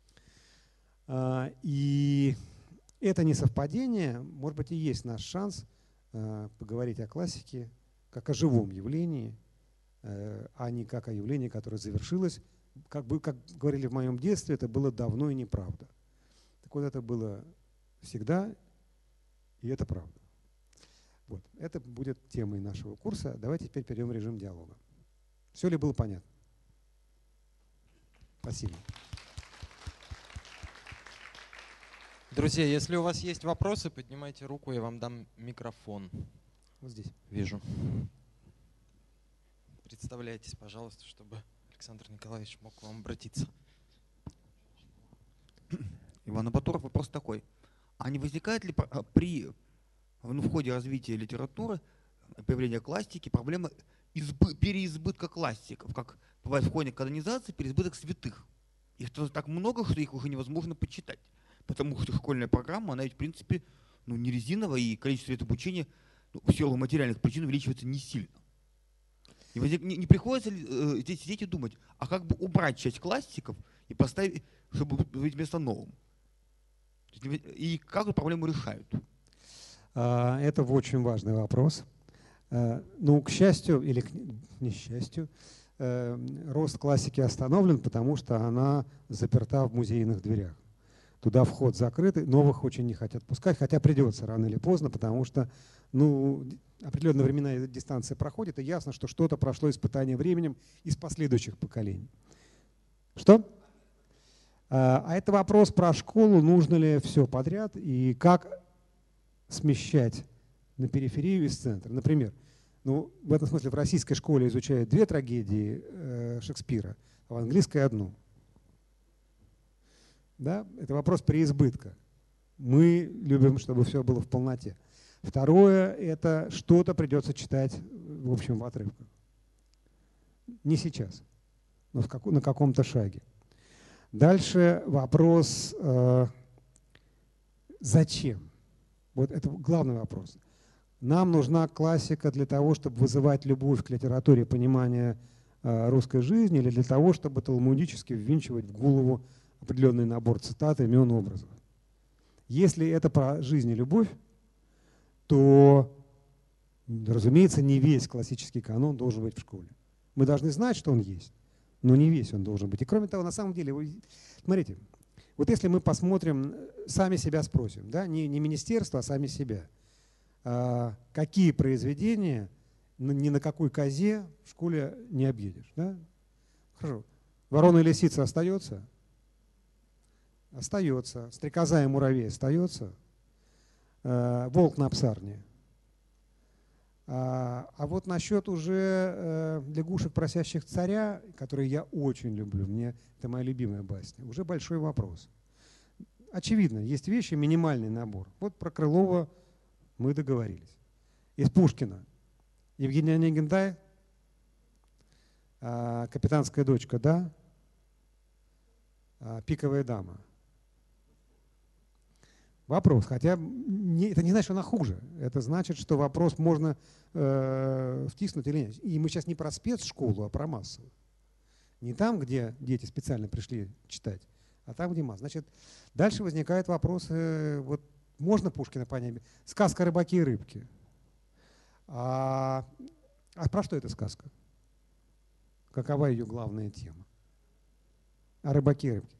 S2: И это несовпадение, может быть, и есть наш шанс поговорить о классике как о живом явлении, а не как о явлении, которое завершилось. Как бы, как говорили в моем детстве, это было давно и неправда. Так вот, это было всегда, и это правда. Вот. Это будет темой нашего курса. Давайте теперь перейдем в режим диалога. Все ли было понятно? Спасибо.
S1: Друзья, если у вас есть вопросы, поднимайте руку, я вам дам микрофон.
S2: Вот здесь.
S1: Вижу. Представляйтесь, пожалуйста, чтобы Александр Николаевич мог к вам обратиться.
S3: Иван Абатуров, вопрос такой. А не возникает ли при ну, в ходе развития литературы, появления классики, проблема избы, переизбытка классиков, как бывает в ходе канонизации, переизбыток святых? Их так много, что их уже невозможно почитать. Потому что школьная программа, она ведь в принципе ну, не резиновая, и количество лет обучения ну, в силу материальных причин увеличивается не сильно. И возник, не, не приходится ли э, здесь сидеть и думать, а как бы убрать часть классиков и поставить, чтобы быть вместо новым? И как эту проблему решают?
S2: Это очень важный вопрос. Ну, к счастью или к несчастью, рост классики остановлен, потому что она заперта в музейных дверях. Туда вход закрытый, новых очень не хотят пускать, хотя придется рано или поздно, потому что ну, определенная временная дистанция проходит, и ясно, что что-то прошло испытание временем из последующих поколений. Что? А это вопрос про школу, нужно ли все подряд и как смещать на периферию из центра. Например, ну, в этом смысле в российской школе изучают две трагедии э, Шекспира, а в английской одну. Да? Это вопрос преизбытка. Мы любим, чтобы все было в полноте. Второе – это что-то придется читать, в общем, в отрывках. Не сейчас, но в как, на каком-то шаге. Дальше вопрос э, «Зачем?». Вот это главный вопрос. Нам нужна классика для того, чтобы вызывать любовь к литературе, понимание э, русской жизни, или для того, чтобы талмудически ввинчивать в голову определенный набор цитат, имен, образов. Если это про жизнь и любовь, то, разумеется, не весь классический канон должен быть в школе. Мы должны знать, что он есть, но не весь он должен быть. И кроме того, на самом деле, вы, смотрите, вот если мы посмотрим, сами себя спросим, да, не, не министерство, а сами себя, а, какие произведения ни на какой козе в школе не объедешь. Да? Хорошо. «Ворона и лисица» остается? Остается. «Стрекоза и муравей» остается. А, «Волк на псарне». А, а вот насчет уже э, лягушек, просящих царя, которые я очень люблю, мне это моя любимая басня, уже большой вопрос. Очевидно, есть вещи, минимальный набор. Вот про Крылова мы договорились. Из Пушкина Евгений Онегин, да? А, капитанская дочка, да? А, пиковая дама. Вопрос, хотя не, это не значит, что она хуже. Это значит, что вопрос можно э, втиснуть или нет. И мы сейчас не про спецшколу, а про массовую. Не там, где дети специально пришли читать, а там, где масса. Значит, дальше возникает вопрос, э, вот можно Пушкина понять? Сказка «Рыбаки и рыбки». А, а про что эта сказка? Какова ее главная тема? О рыбаке и рыбке.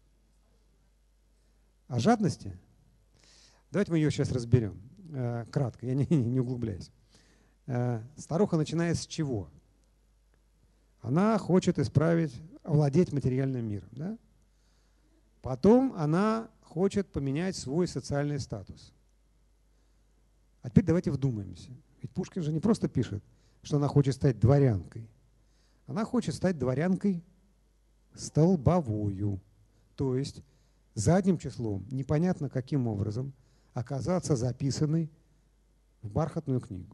S2: О жадности? Давайте мы ее сейчас разберем. Э, кратко, я не, не углубляюсь. Э, старуха начинает с чего? Она хочет исправить, овладеть материальным миром. Да? Потом она хочет поменять свой социальный статус. А теперь давайте вдумаемся. Ведь Пушкин же не просто пишет, что она хочет стать дворянкой. Она хочет стать дворянкой столбовую. То есть задним числом, непонятно каким образом, оказаться записанной в бархатную книгу.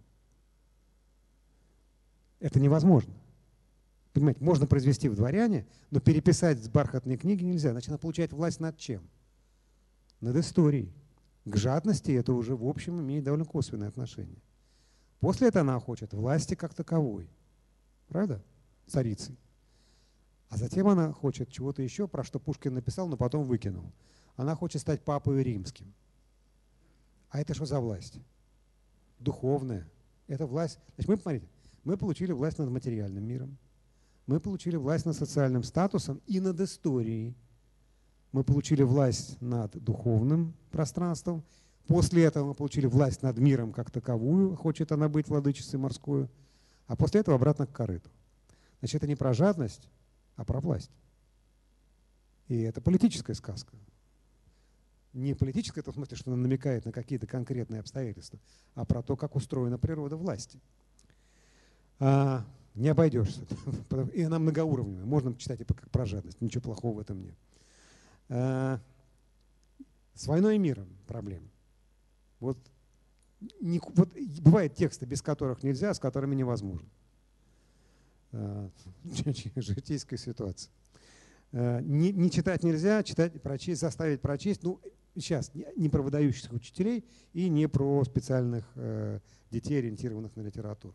S2: Это невозможно. Понимаете, можно произвести в дворяне, но переписать с бархатной книги нельзя. Значит, она получает власть над чем? Над историей. К жадности это уже в общем имеет довольно косвенное отношение. После этого она хочет власти как таковой. Правда? Царицей. А затем она хочет чего-то еще, про что Пушкин написал, но потом выкинул. Она хочет стать папой римским. А это что за власть? Духовная. Это власть. Значит, мы, смотрите, мы получили власть над материальным миром. Мы получили власть над социальным статусом и над историей. Мы получили власть над духовным пространством. После этого мы получили власть над миром как таковую, хочет она быть владычицей морской. А после этого обратно к корыту. Значит, это не про жадность, а про власть. И это политическая сказка. Не политическая в том смысле, что она намекает на какие-то конкретные обстоятельства, а про то, как устроена природа власти. А, не обойдешься. И она многоуровневая. Можно читать и как про жадность. Ничего плохого в этом нет. А, с войной и миром проблемы. Вот, не, вот бывают тексты, без которых нельзя, с которыми невозможно. А, житейская ситуация. А, не, не читать нельзя, читать, прочесть, заставить прочесть. Ну, сейчас не про выдающихся учителей и не про специальных э, детей, ориентированных на литературу.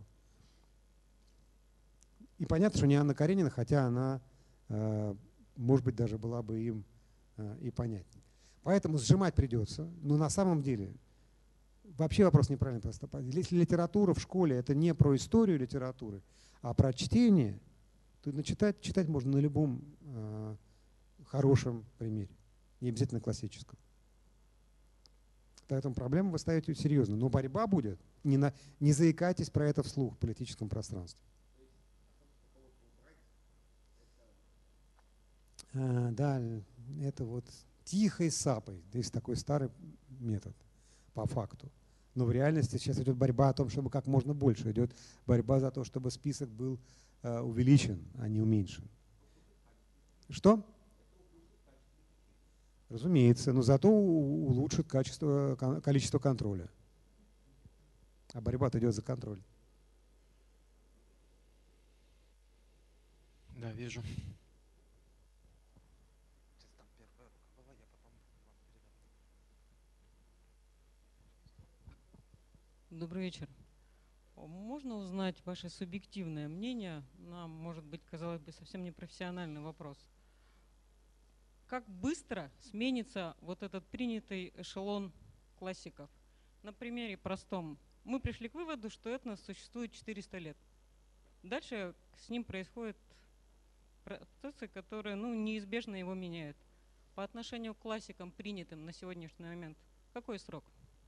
S2: И понятно, что не Анна Каренина, хотя она, э, может быть, даже была бы им э, и понятнее. Поэтому сжимать придется. Но на самом деле вообще вопрос неправильно поступать. Если литература в школе это не про историю литературы, а про чтение, то начитать, читать можно на любом э, хорошем примере, не обязательно классическом. Поэтому проблему вы ставите серьезно. Но борьба будет. Не, на, не заикайтесь про это вслух в политическом пространстве. А, да, это вот тихой сапой. Есть такой старый метод по факту. Но в реальности сейчас идет борьба о том, чтобы как можно больше. Идет борьба за то, чтобы список был э, увеличен, а не уменьшен. Что? Разумеется, но зато улучшит качество, количество контроля. А борьба-то идет за контроль.
S1: Да, вижу.
S4: Добрый вечер. Можно узнать ваше субъективное мнение на, может быть, казалось бы, совсем непрофессиональный вопрос? Как быстро сменится вот этот принятый эшелон классиков? На примере простом. Мы пришли к выводу, что этнос существует четыреста лет. Дальше с ним происходят процессы, которые ну, неизбежно его меняют. По отношению к классикам, принятым на сегодняшний момент, какой срок?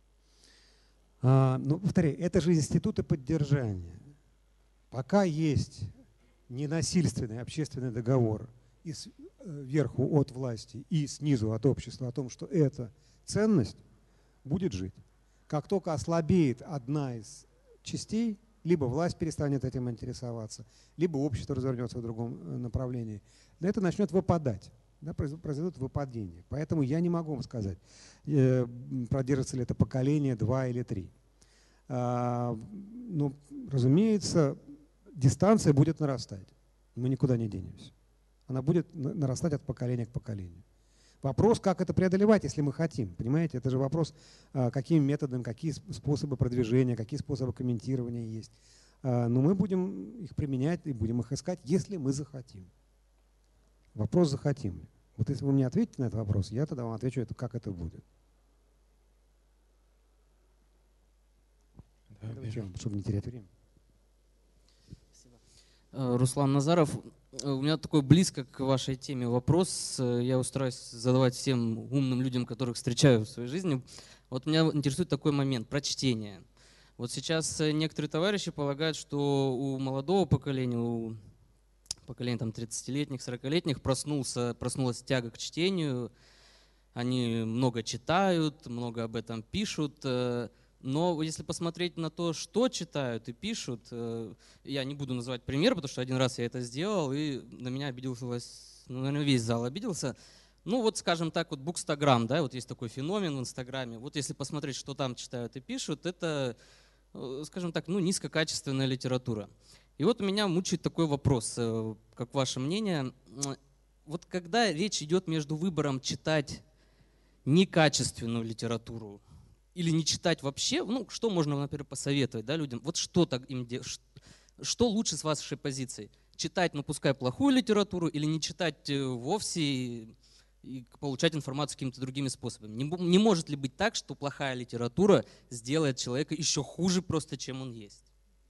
S2: А, ну, повторяю, это же институты поддержания. Пока есть ненасильственный общественный договор и сверху от власти и снизу от общества о том, что эта ценность будет жить. Как только ослабеет одна из частей, либо власть перестанет этим интересоваться, либо общество развернется в другом направлении, это начнет выпадать. Да, произойдут выпадения. Поэтому я не могу вам сказать, продержится ли это поколение, два или три. Ну, разумеется, дистанция будет нарастать. Мы никуда не денемся. Она будет нарастать от поколения к поколению. Вопрос, как это преодолевать, если мы хотим. Понимаете, это же вопрос, какими методами, какие способы продвижения, какие способы комментирования есть. Но мы будем их применять и будем их искать, если мы захотим. Вопрос, захотим ли. Вот если вы мне ответите на этот вопрос, я тогда вам отвечу, как это будет. Давайте, чтобы не терять время.
S5: Руслан Назаров. У меня такой близко к вашей теме вопрос. Я стараюсь задавать всем умным людям, которых встречаю в своей жизни. Вот меня интересует такой момент про чтение. Вот сейчас некоторые товарищи полагают, что у молодого поколения, у поколения там, тридцатилетних, сорокалетних проснулся, проснулась тяга к чтению. Они много читают, много об этом пишут. Но если посмотреть на то, что читают и пишут, я не буду называть пример, потому что один раз я это сделал, и на меня обиделся, ну, наверное, весь зал обиделся. Ну вот, скажем так, вот Bookstagram, да, вот есть такой феномен в Инстаграме. Вот если посмотреть, что там читают и пишут, это, скажем так, ну, низкокачественная литература. И вот меня мучает такой вопрос, как ваше мнение. Вот когда речь идет между выбором читать некачественную литературу, или не читать вообще, ну, что можно, например, посоветовать, да, людям? Вот что так им делать? Что лучше с вашей позиции? Читать, ну, пускай плохую литературу, или не читать вовсе и, и получать информацию какими-то другими способами? Не, не может ли быть так, что плохая литература сделает человека еще хуже просто, чем он есть?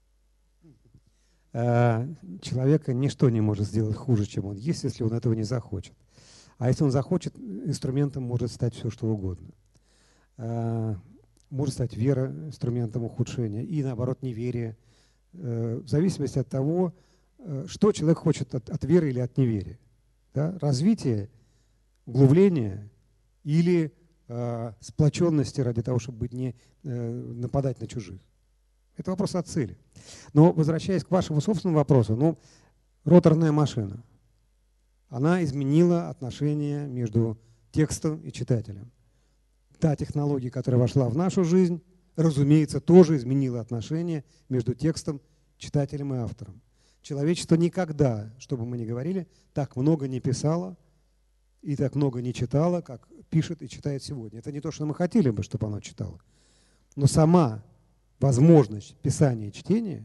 S2: Человека ничто не может сделать хуже, чем он есть, если он этого не захочет. А если он захочет, инструментом может стать все, что угодно. Может стать вера инструментом ухудшения и, наоборот, неверие. В зависимости от того, что человек хочет от, от веры или от неверия. Да? Развитие, углубление или э, сплоченности ради того, чтобы быть не, э, нападать на чужих. Это вопрос о цели. Но возвращаясь к вашему собственному вопросу, ну, роторная машина, она изменила отношения между текстом и читателем. Та технология, которая вошла в нашу жизнь, разумеется, тоже изменила отношения между текстом, читателем и автором. Человечество никогда, что бы мы ни говорили, так много не писало и так много не читало, как пишет и читает сегодня. Это не то, что мы хотели бы, чтобы оно читало. Но сама возможность писания и чтения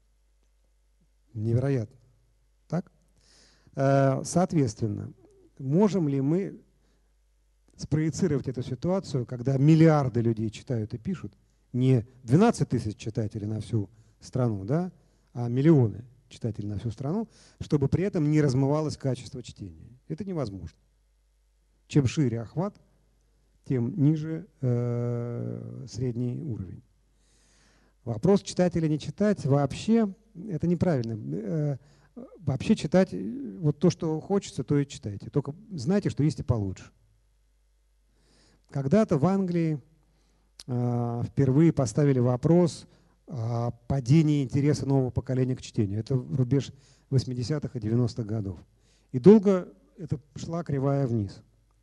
S2: невероятна. Так? Соответственно, можем ли мы спроецировать эту ситуацию, когда миллиарды людей читают и пишут, не двенадцать тысяч читателей на всю страну, да, а миллионы читателей на всю страну, чтобы при этом не размывалось качество чтения. Это невозможно. Чем шире охват, тем ниже э, средний уровень. Вопрос читать или не читать вообще это неправильно. Э, вообще читать вот то, что хочется, то и читайте. Только знайте, что есть и получше. Когда-то в Англии э, впервые поставили вопрос о падении интереса нового поколения к чтению. Это рубеж восьмидесятых и девяностых годов. И долго это шла кривая вниз.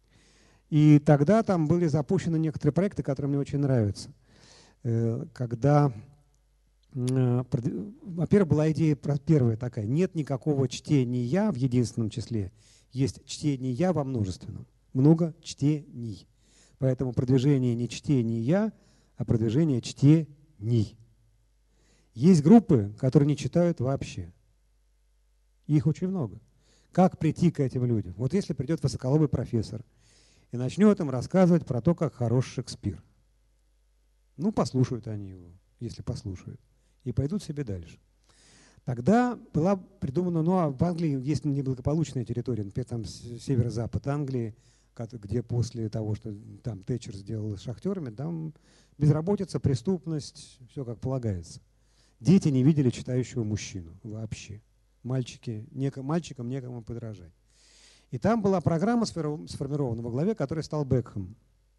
S2: И тогда там были запущены некоторые проекты, которые мне очень нравятся. Э, когда, э, во-первых, была идея первая такая: нет никакого чтения в единственном числе, есть чтение во множественном. Много чтений. Поэтому продвижение не чтения, а продвижение чтений. Есть группы, которые не читают вообще. Их очень много. Как прийти к этим людям? Вот если придет высоколобый профессор и начнет им рассказывать про то, как хорош Шекспир. Ну, послушают они его, если послушают, и пойдут себе дальше. Тогда была придумана, ну, а в Англии есть неблагополучная территория, например, там северо-запад Англии, где после того, что там Тэтчер сделал с шахтерами, там безработица, преступность, все как полагается. Дети не видели читающего мужчину вообще. Мальчики, неко, мальчикам некому подражать. И там была программа сформирована во главе, которой стал Бекхэм.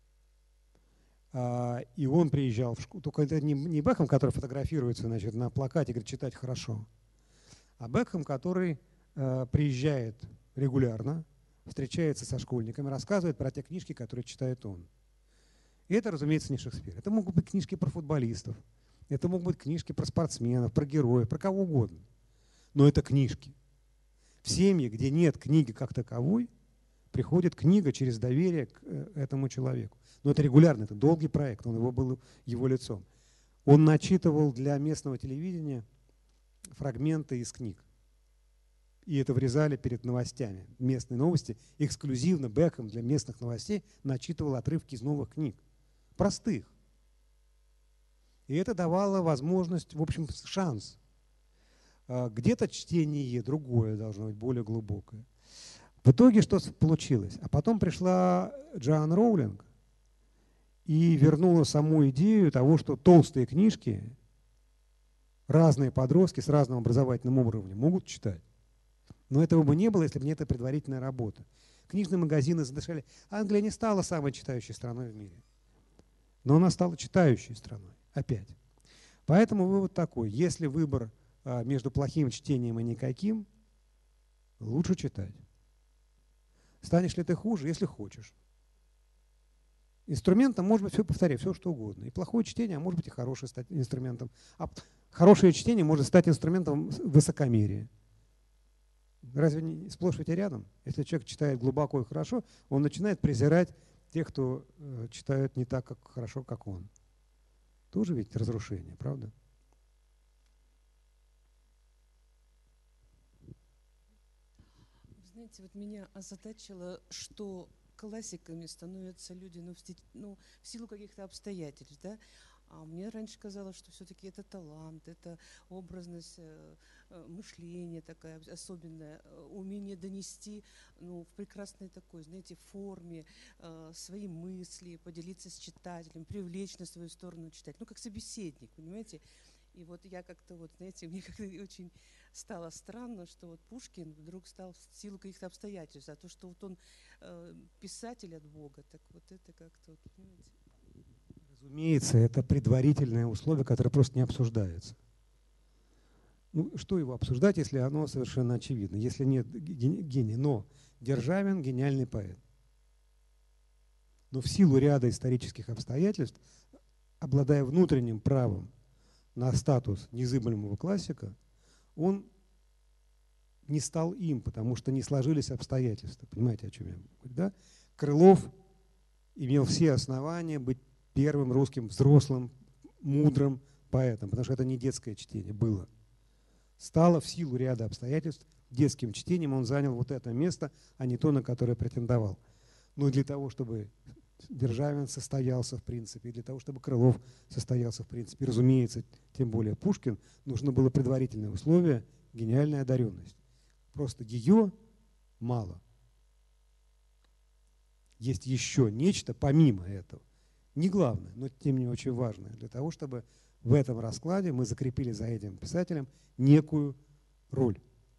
S2: И он приезжал в школу. Только это не, не Бекхэм, который фотографируется, значит, на плакате и говорит: читать хорошо. А Бекхэм, который э, приезжает регулярно, встречается со школьниками, рассказывает про те книжки, которые читает он. И это, разумеется, не Шекспир. Это могут быть книжки про футболистов, Это могут быть книжки про спортсменов, про героев, про кого угодно. Но это книжки. В семье, где нет книги как таковой, приходит книга через доверие к этому человеку. Но это регулярно, это долгий проект, он его был его лицом. Он начитывал для местного телевидения фрагменты из книг. И это врезали перед новостями. Местные новости эксклюзивно Бекхэм для местных новостей начитывал отрывки из новых книг. Простых. И это давало возможность, в общем, шанс. Где-то чтение другое должно быть, более глубокое. В итоге что получилось? А потом пришла Джоан Роулинг и вернула саму идею того, что толстые книжки разные подростки с разным образовательным уровнем могут читать. Но этого бы не было, если бы не эта предварительная работа. Книжные магазины задышали. Англия не стала самой читающей страной в мире. Но она стала читающей страной. Опять. Поэтому вывод такой. Если выбор между плохим чтением и никаким, лучше читать. Станешь ли ты хуже, если хочешь. Инструментом может быть, все, повторяю, все что угодно. И плохое чтение, а может быть и хорошее стать инструментом. А хорошее чтение может стать инструментом высокомерия. Разве не сплошь ведь и рядом? Если человек читает глубоко и хорошо, он начинает презирать тех, кто э, читает не так как хорошо, как он. Тоже ведь разрушение, правда?
S6: Знаете, вот меня озадачило, что классиками становятся люди, ну, в, ну, в силу каких-то обстоятельств, да? А мне раньше казалось, что все-таки это талант, это образность э, мышления такая особенная, умение донести, ну, в прекрасной такой, знаете, форме э, свои мысли, поделиться с читателем, привлечь на свою сторону читать, ну, как собеседник, понимаете? И вот я как-то, вот, знаете, мне как-то очень стало странно, что вот Пушкин вдруг стал в силу каких-то обстоятельств, а то, что вот он э, писатель от Бога, так вот это как-то, вот, понимаете?
S2: Разумеется, это предварительное условие, которое просто не обсуждается. Ну, что его обсуждать, если оно совершенно очевидно, если нет гения? Но Державин – гениальный поэт. Но в силу ряда исторических обстоятельств, обладая внутренним правом на статус незыблемого классика, он не стал им, потому что не сложились обстоятельства. Понимаете, о чем я говорю, да? Крылов имел все основания быть первым русским взрослым, мудрым поэтом, потому что это не детское чтение было. Стало в силу ряда обстоятельств детским чтением, он занял вот это место, а не то, на которое претендовал. Но для того, чтобы Державин состоялся в принципе, и для того, чтобы Крылов состоялся в принципе, разумеется, тем более Пушкин, нужно было предварительное условие – гениальная одаренность. Просто ее мало. Есть еще нечто помимо этого. Не главное, но тем не менее очень важное, для того, чтобы в этом раскладе мы закрепили за этим писателем некую роль.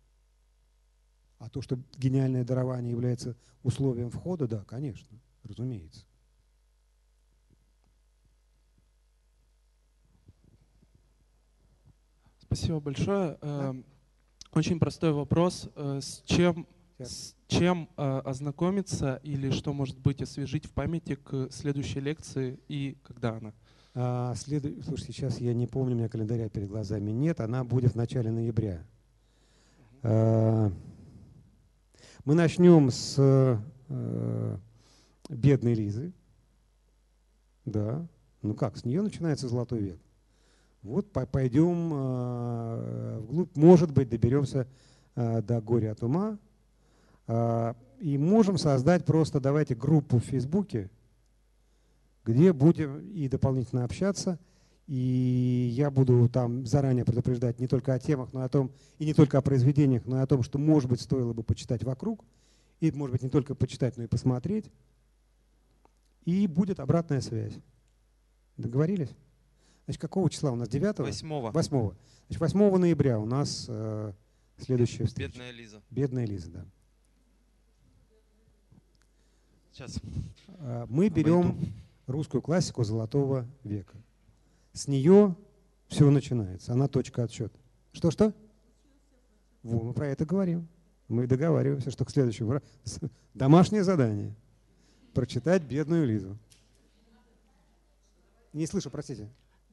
S2: А то, что гениальное дарование является условием входа, да, конечно, разумеется.
S7: Спасибо большое.
S2: Да.
S7: Очень простой вопрос. С чем,
S2: Сейчас.
S7: с чем ознакомиться или что, может быть, освежить в памяти к следующей лекции и когда она?
S2: А, следу... Слушайте, сейчас я не помню, у меня календаря перед глазами нет. Она будет в начале ноября. А, мы начнем с а, «Бедной Лизы». Да. Ну как, с нее начинается «Золотой век». Вот пойдем э, вглубь, может быть, доберемся э, до «Горя от ума». Э, и можем создать просто, давайте, группу в Фейсбуке, где будем и дополнительно общаться. И я буду там заранее предупреждать не только о темах, но и о том, и не только о произведениях, но и о том, что, может быть, стоило бы почитать вокруг. И, может быть, не только почитать, но и посмотреть. И будет обратная связь. Договорились? Значит, какого числа у нас? девятого?
S1: Восьмого.
S2: Восьмого. Значит, восьмого ноября у нас э, следующая встреча.
S1: Бедная Лиза.
S2: Бедная Лиза, да.
S1: Сейчас.
S2: Э, мы берем русскую классику Золотого века. С нее все начинается. Она точка отсчета. Что-что? Во, мы про это говорим. Мы договариваемся, что к следующему домашнее задание. Прочитать «Бедную Лизу». Не слышу, простите.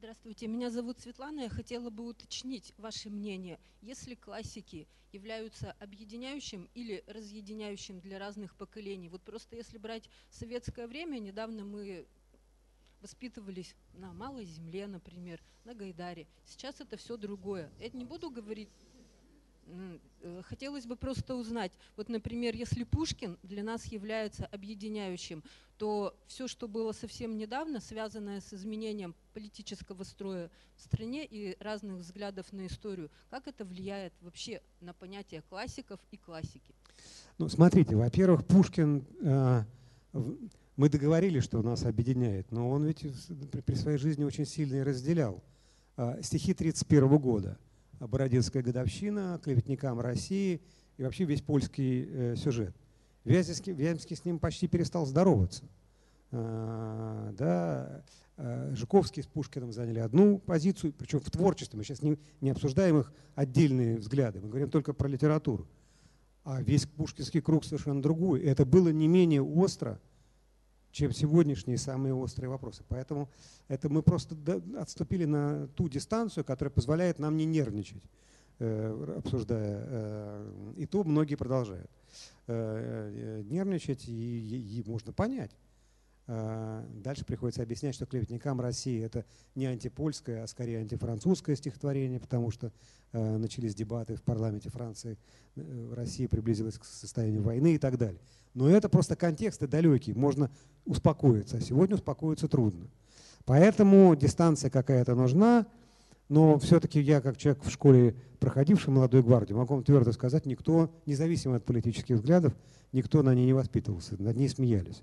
S8: Здравствуйте, меня зовут Светлана. Я хотела бы уточнить ваше мнение. Если классики являются объединяющим или разъединяющим для разных поколений? Вот просто если брать советское время, недавно мы воспитывались на Малой Земле, например, на Гайдаре. Сейчас это все другое. Я не буду говорить. Хотелось бы просто узнать, вот, например, если Пушкин для нас является объединяющим, то все, что было совсем недавно, связанное с изменением политического строя в стране и разных взглядов на историю, как это влияет вообще на понятие классиков и классики?
S2: Ну, смотрите, во-первых, Пушкин, э, мы договорились, что нас объединяет, но он ведь при, при своей жизни очень сильно и разделял. Э, стихи тридцать первого года. Бородинская годовщина, клеветникам России и вообще весь польский э, сюжет. Вяземский, Вяземский с ним почти перестал здороваться. А, да, а, Жуковский с Пушкиным заняли одну позицию, причем в творчестве. Мы сейчас не, не обсуждаем их отдельные взгляды, мы говорим только про литературу. А весь пушкинский круг совершенно другой. И это было не менее остро, чем сегодняшние самые острые вопросы. Поэтому это мы просто отступили на ту дистанцию, которая позволяет нам не нервничать, э, обсуждая. Э, и то многие продолжают э, нервничать, и, и, и можно понять. Э, дальше приходится объяснять, что «Клеветникам России» — это не антипольское, а скорее антифранцузское стихотворение, потому что э, начались дебаты в парламенте Франции, э, Россия приблизилась к состоянию войны и так далее. Но это просто контексты далекие, можно успокоиться, а сегодня успокоиться трудно. Поэтому дистанция какая-то нужна, но все-таки я, как человек в школе, проходивший молодую гвардию, могу вам твердо сказать, никто, независимо от политических взглядов, никто на ней не воспитывался, над ней смеялись.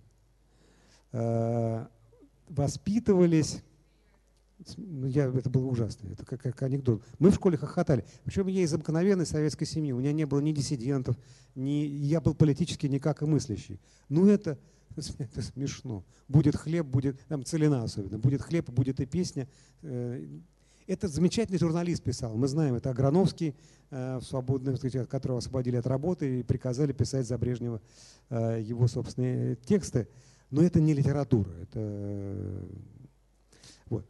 S2: Воспитывались, я, это было ужасно, это как, как анекдот. Мы в школе хохотали. Причем я из обыкновенной советской семьи. У меня не было ни диссидентов, ни, я был политически никак и мыслящий. Ну это, это смешно. Будет хлеб, будет, там Целина особенно, будет хлеб, будет и песня. Этот замечательный журналист писал, мы знаем, это Аграновский, в свободное, которого освободили от работы и приказали писать за Брежнева его собственные тексты. Но это не литература, это... Вот.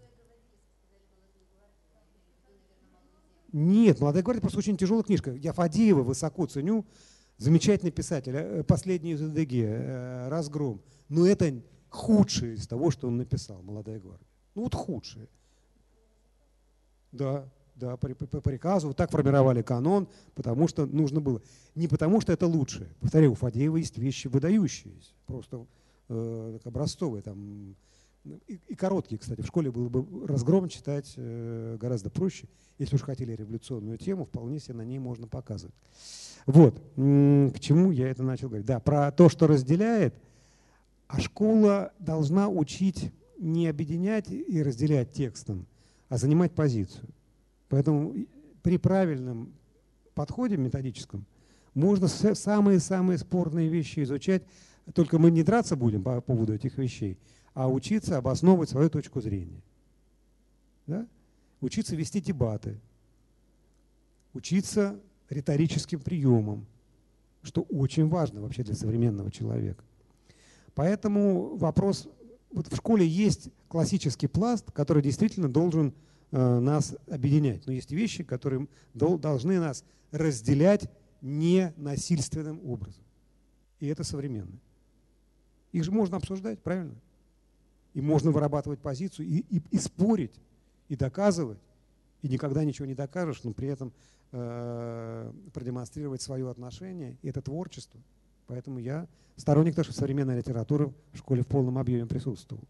S2: Нет, «Молодая гвардия» просто очень тяжелая книжка. Я Фадеева высоко ценю, замечательный писатель, «Последний из Эдыгея», «Разгром». Но это худшее из того, что он написал, «Молодая гвардия». Ну вот худшее. Да, да, по, по, по приказу. Вот так формировали канон, потому что нужно было. Не потому что это лучшее. Повторяю, у Фадеева есть вещи выдающиеся, просто э, образцовые. Там, и, и короткие, кстати. В школе было бы «Разгром» читать э, гораздо проще. Если уж хотели революционную тему, вполне себе на ней можно показывать. Вот. К чему я это начал говорить? Да, про то, что разделяет. А школа должна учить не объединять и разделять текстом, а занимать позицию. Поэтому при правильном подходе методическом можно самые-самые спорные вещи изучать, только мы не драться будем по поводу этих вещей, а учиться обосновывать свою точку зрения. Да? Учиться вести дебаты, учиться риторическим приемам, что очень важно вообще для современного человека. Поэтому вопрос, вот в школе есть классический пласт, который действительно должен э, нас объединять. Но есть вещи, которые дол, должны нас разделять ненасильственным образом. И это современно. Их же можно обсуждать, правильно? И можно вырабатывать позицию, и, и, и спорить, и доказывать. И никогда ничего не докажешь, но при этом э, продемонстрировать свое отношение. И это творчество. Поэтому я сторонник того, что современная литература в школе в полном объеме присутствовала.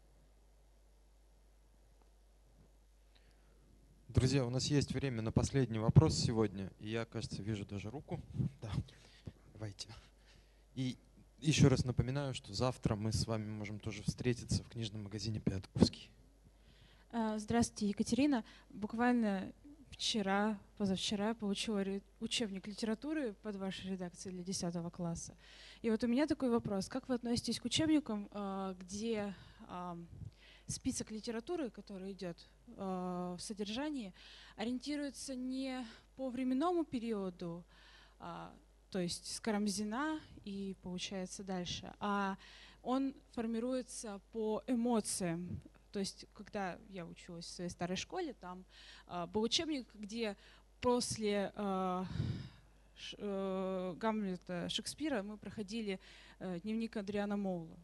S1: Друзья, у нас есть время на последний вопрос сегодня. И я, кажется, вижу даже руку. Да, давайте. И еще раз напоминаю, что завтра мы с вами можем тоже встретиться в книжном магазине «Пятковский».
S9: Здравствуйте, Екатерина. Буквально вчера, позавчера я получила учебник литературы под вашей редакцией для десятого класса. И вот у меня такой вопрос. Как вы относитесь к учебникам, где список литературы, который идет в содержании, ориентируется не по временному периоду, то есть с Карамзина и получается дальше, а он формируется по эмоциям? То То есть, когда я училась в своей старой школе, там э, был учебник, где после э, ш, э, Гамлета Шекспира мы проходили э, дневник Адриана Моула.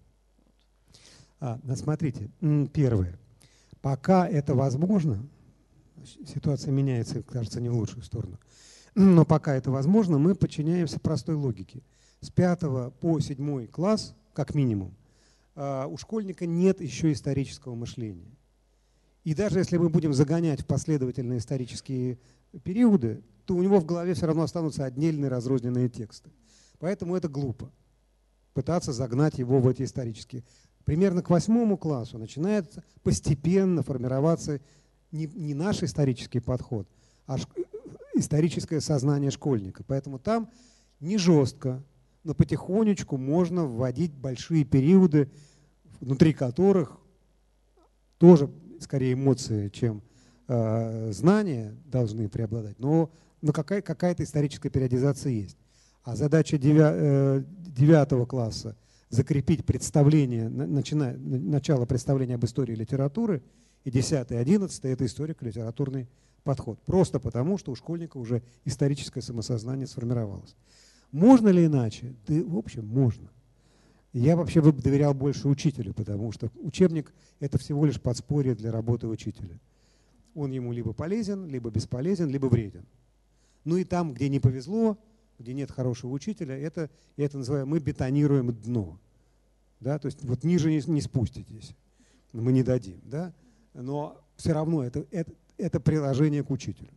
S2: А, смотрите, первое. Пока это возможно, ситуация меняется, кажется, не в лучшую сторону, но пока это возможно, мы подчиняемся простой логике. С пятого по седьмой класс, как минимум, у школьника нет еще исторического мышления. И даже если мы будем загонять в последовательные исторические периоды, то у него в голове все равно останутся отдельные разрозненные тексты. Поэтому это глупо пытаться загнать его в эти исторические. Примерно к восьмому классу начинает постепенно формироваться не, не наш исторический подход, а историческое сознание школьника. Поэтому там не жестко, но потихонечку можно вводить большие периоды, внутри которых тоже скорее эмоции, чем э, знания должны преобладать, но, но какая, какая-то историческая периодизация есть. А задача девятого класса закрепить представление, начиная, начало представления об истории литературы, и десятый, одиннадцатый – это историко-литературный подход. Просто потому, что у школьника уже историческое самосознание сформировалось. Можно ли иначе? Да, в общем, можно. Я вообще бы доверял больше учителю, потому что учебник – это всего лишь подспорье для работы учителя. Он ему либо полезен, либо бесполезен, либо вреден. Ну и там, где не повезло, где нет хорошего учителя, это, это называем, мы бетонируем дно. Да? То есть вот ниже не, не спуститесь, мы не дадим. Да? Но все равно это, это, это приложение к учителю.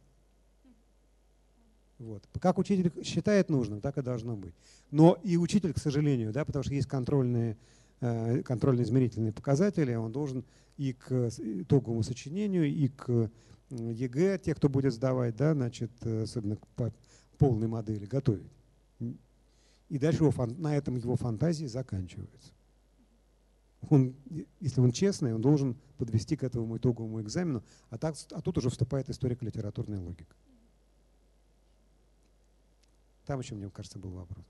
S2: Вот. Как учитель считает нужным, так и должно быть. Но и учитель, к сожалению, да, потому что есть контрольные, э, контрольно-измерительные показатели, он должен и к итоговому сочинению, и к ЕГЭ, те, кто будет сдавать, да, значит, особенно по полной модели, готовить. И дальше его, на этом его фантазии заканчиваются. Он, если он честный, он должен подвести к этому итоговому экзамену, а, так, а тут уже вступает историко-литературная логика. Там еще, мне кажется, был вопрос.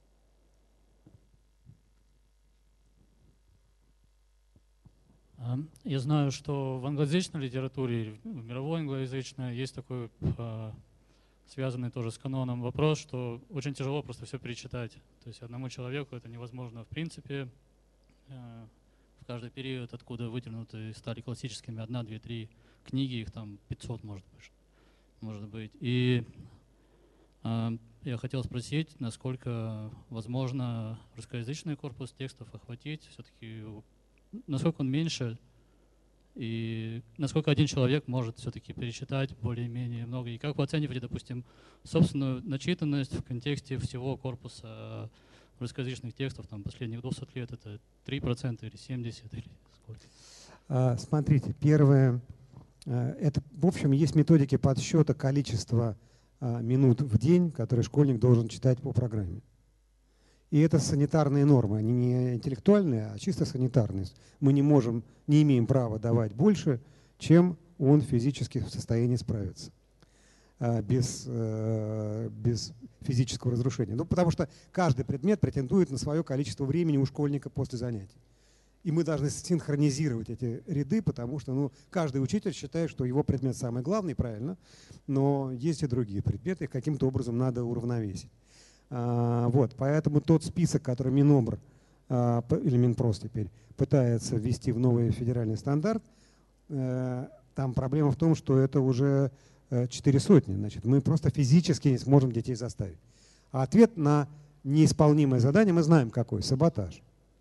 S10: Я знаю, что в англоязычной литературе, в мировой англоязычной, есть такой э, связанный тоже с каноном вопрос, что очень тяжело просто все перечитать. То есть одному человеку это невозможно в принципе. Э, в каждый период, откуда вытянуты, стали классическими одна, две, три книги, их там пятьсот может быть. Может быть. И э, я хотел спросить, насколько возможно русскоязычный корпус текстов охватить, все-таки насколько он меньше, и насколько один человек может все-таки перечитать более-менее много, и как вы оцениваете, допустим, собственную начитанность в контексте всего корпуса русскоязычных текстов, там, последних двухсот лет, это три процента или семьдесят процентов, или сколько?
S2: А, смотрите, первое, это, в общем, есть методики подсчета количества минут в день, которые школьник должен читать по программе. И это санитарные нормы, они не интеллектуальные, а чисто санитарные. Мы не можем, не имеем права давать больше, чем он физически в состоянии справиться без, без физического разрушения. Ну, потому что каждый предмет претендует на свое количество времени у школьника после занятий. И мы должны синхронизировать эти ряды, потому что ну, каждый учитель считает, что его предмет самый главный, правильно, но есть и другие предметы, их каким-то образом надо уравновесить. А, вот, поэтому тот список, который Минобр а, или Минпрос теперь пытается ввести в новый федеральный стандарт, а, там проблема в том, что это уже четыре сотни. Значит, мы просто физически не сможем детей заставить. А ответ на неисполнимое задание мы знаем какой – саботаж.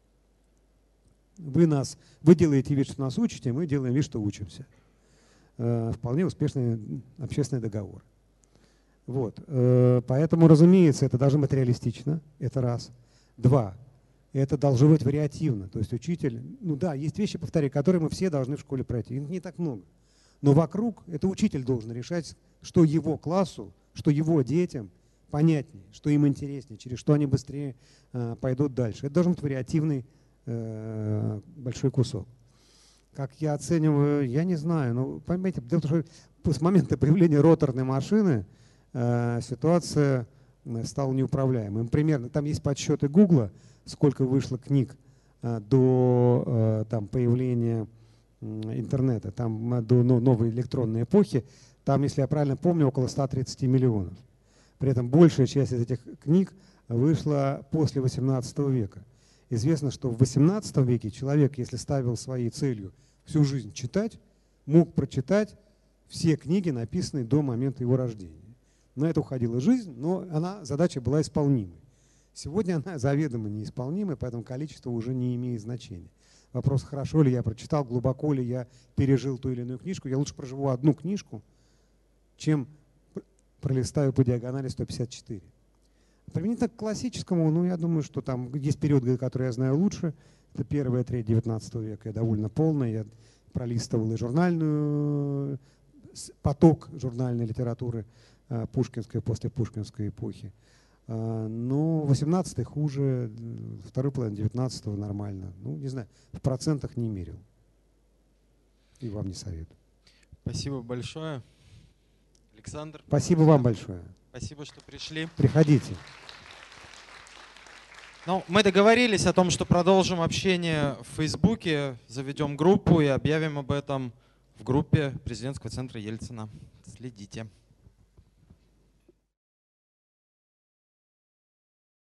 S2: Вы, нас, вы делаете вид, что нас учите, мы делаем вид, что учимся. Э, вполне успешный общественный договор. Вот. Э, поэтому, разумеется, это должно быть реалистично. Это раз. Два. Это должно быть вариативно. То есть учитель, ну да, есть вещи, повторяю, которые мы все должны в школе пройти. Их не так много. Но вокруг это учитель должен решать, что его классу, что его детям понятнее, что им интереснее, через что они быстрее э, пойдут дальше. Это должен быть вариативный большой кусок. Как я оцениваю, я не знаю. Но понимаете, потому что с момента появления роторной машины э, ситуация стала неуправляемой. Примерно там есть подсчеты Гугла, сколько вышло книг э, до э, там, появления интернета, там до новой электронной эпохи, там, если я правильно помню, около ста тридцати миллионов. При этом большая часть из этих книг вышла после восемнадцатого века. Известно, что в восемнадцатом веке человек, если ставил своей целью всю жизнь читать, мог прочитать все книги, написанные до момента его рождения. На это уходила жизнь, но она, задача была исполнимой. Сегодня она заведомо неисполнимой, поэтому количество уже не имеет значения. Вопрос, хорошо ли я прочитал, глубоко ли я пережил ту или иную книжку. Я лучше проживу одну книжку, чем пролистаю по диагонали сто пятьдесят четыре. Применительно к классическому, ну, я думаю, что там есть период, который я знаю лучше. Это первая треть девятнадцатого века. Я довольно полная. Я пролистывал и журнальную, поток журнальной литературы пушкинской, после пушкинской эпохи. Но восемнадцатый хуже, второй половина девятнадцатого нормально. Ну, не знаю, в процентах не мерил. И вам не советую.
S1: Спасибо большое. Александр.
S2: Спасибо вам большое.
S1: Спасибо, что пришли.
S2: Приходите.
S1: Ну, мы договорились о том, что продолжим общение в Фейсбуке, заведем группу и объявим об этом в группе президентского центра Ельцина. Следите.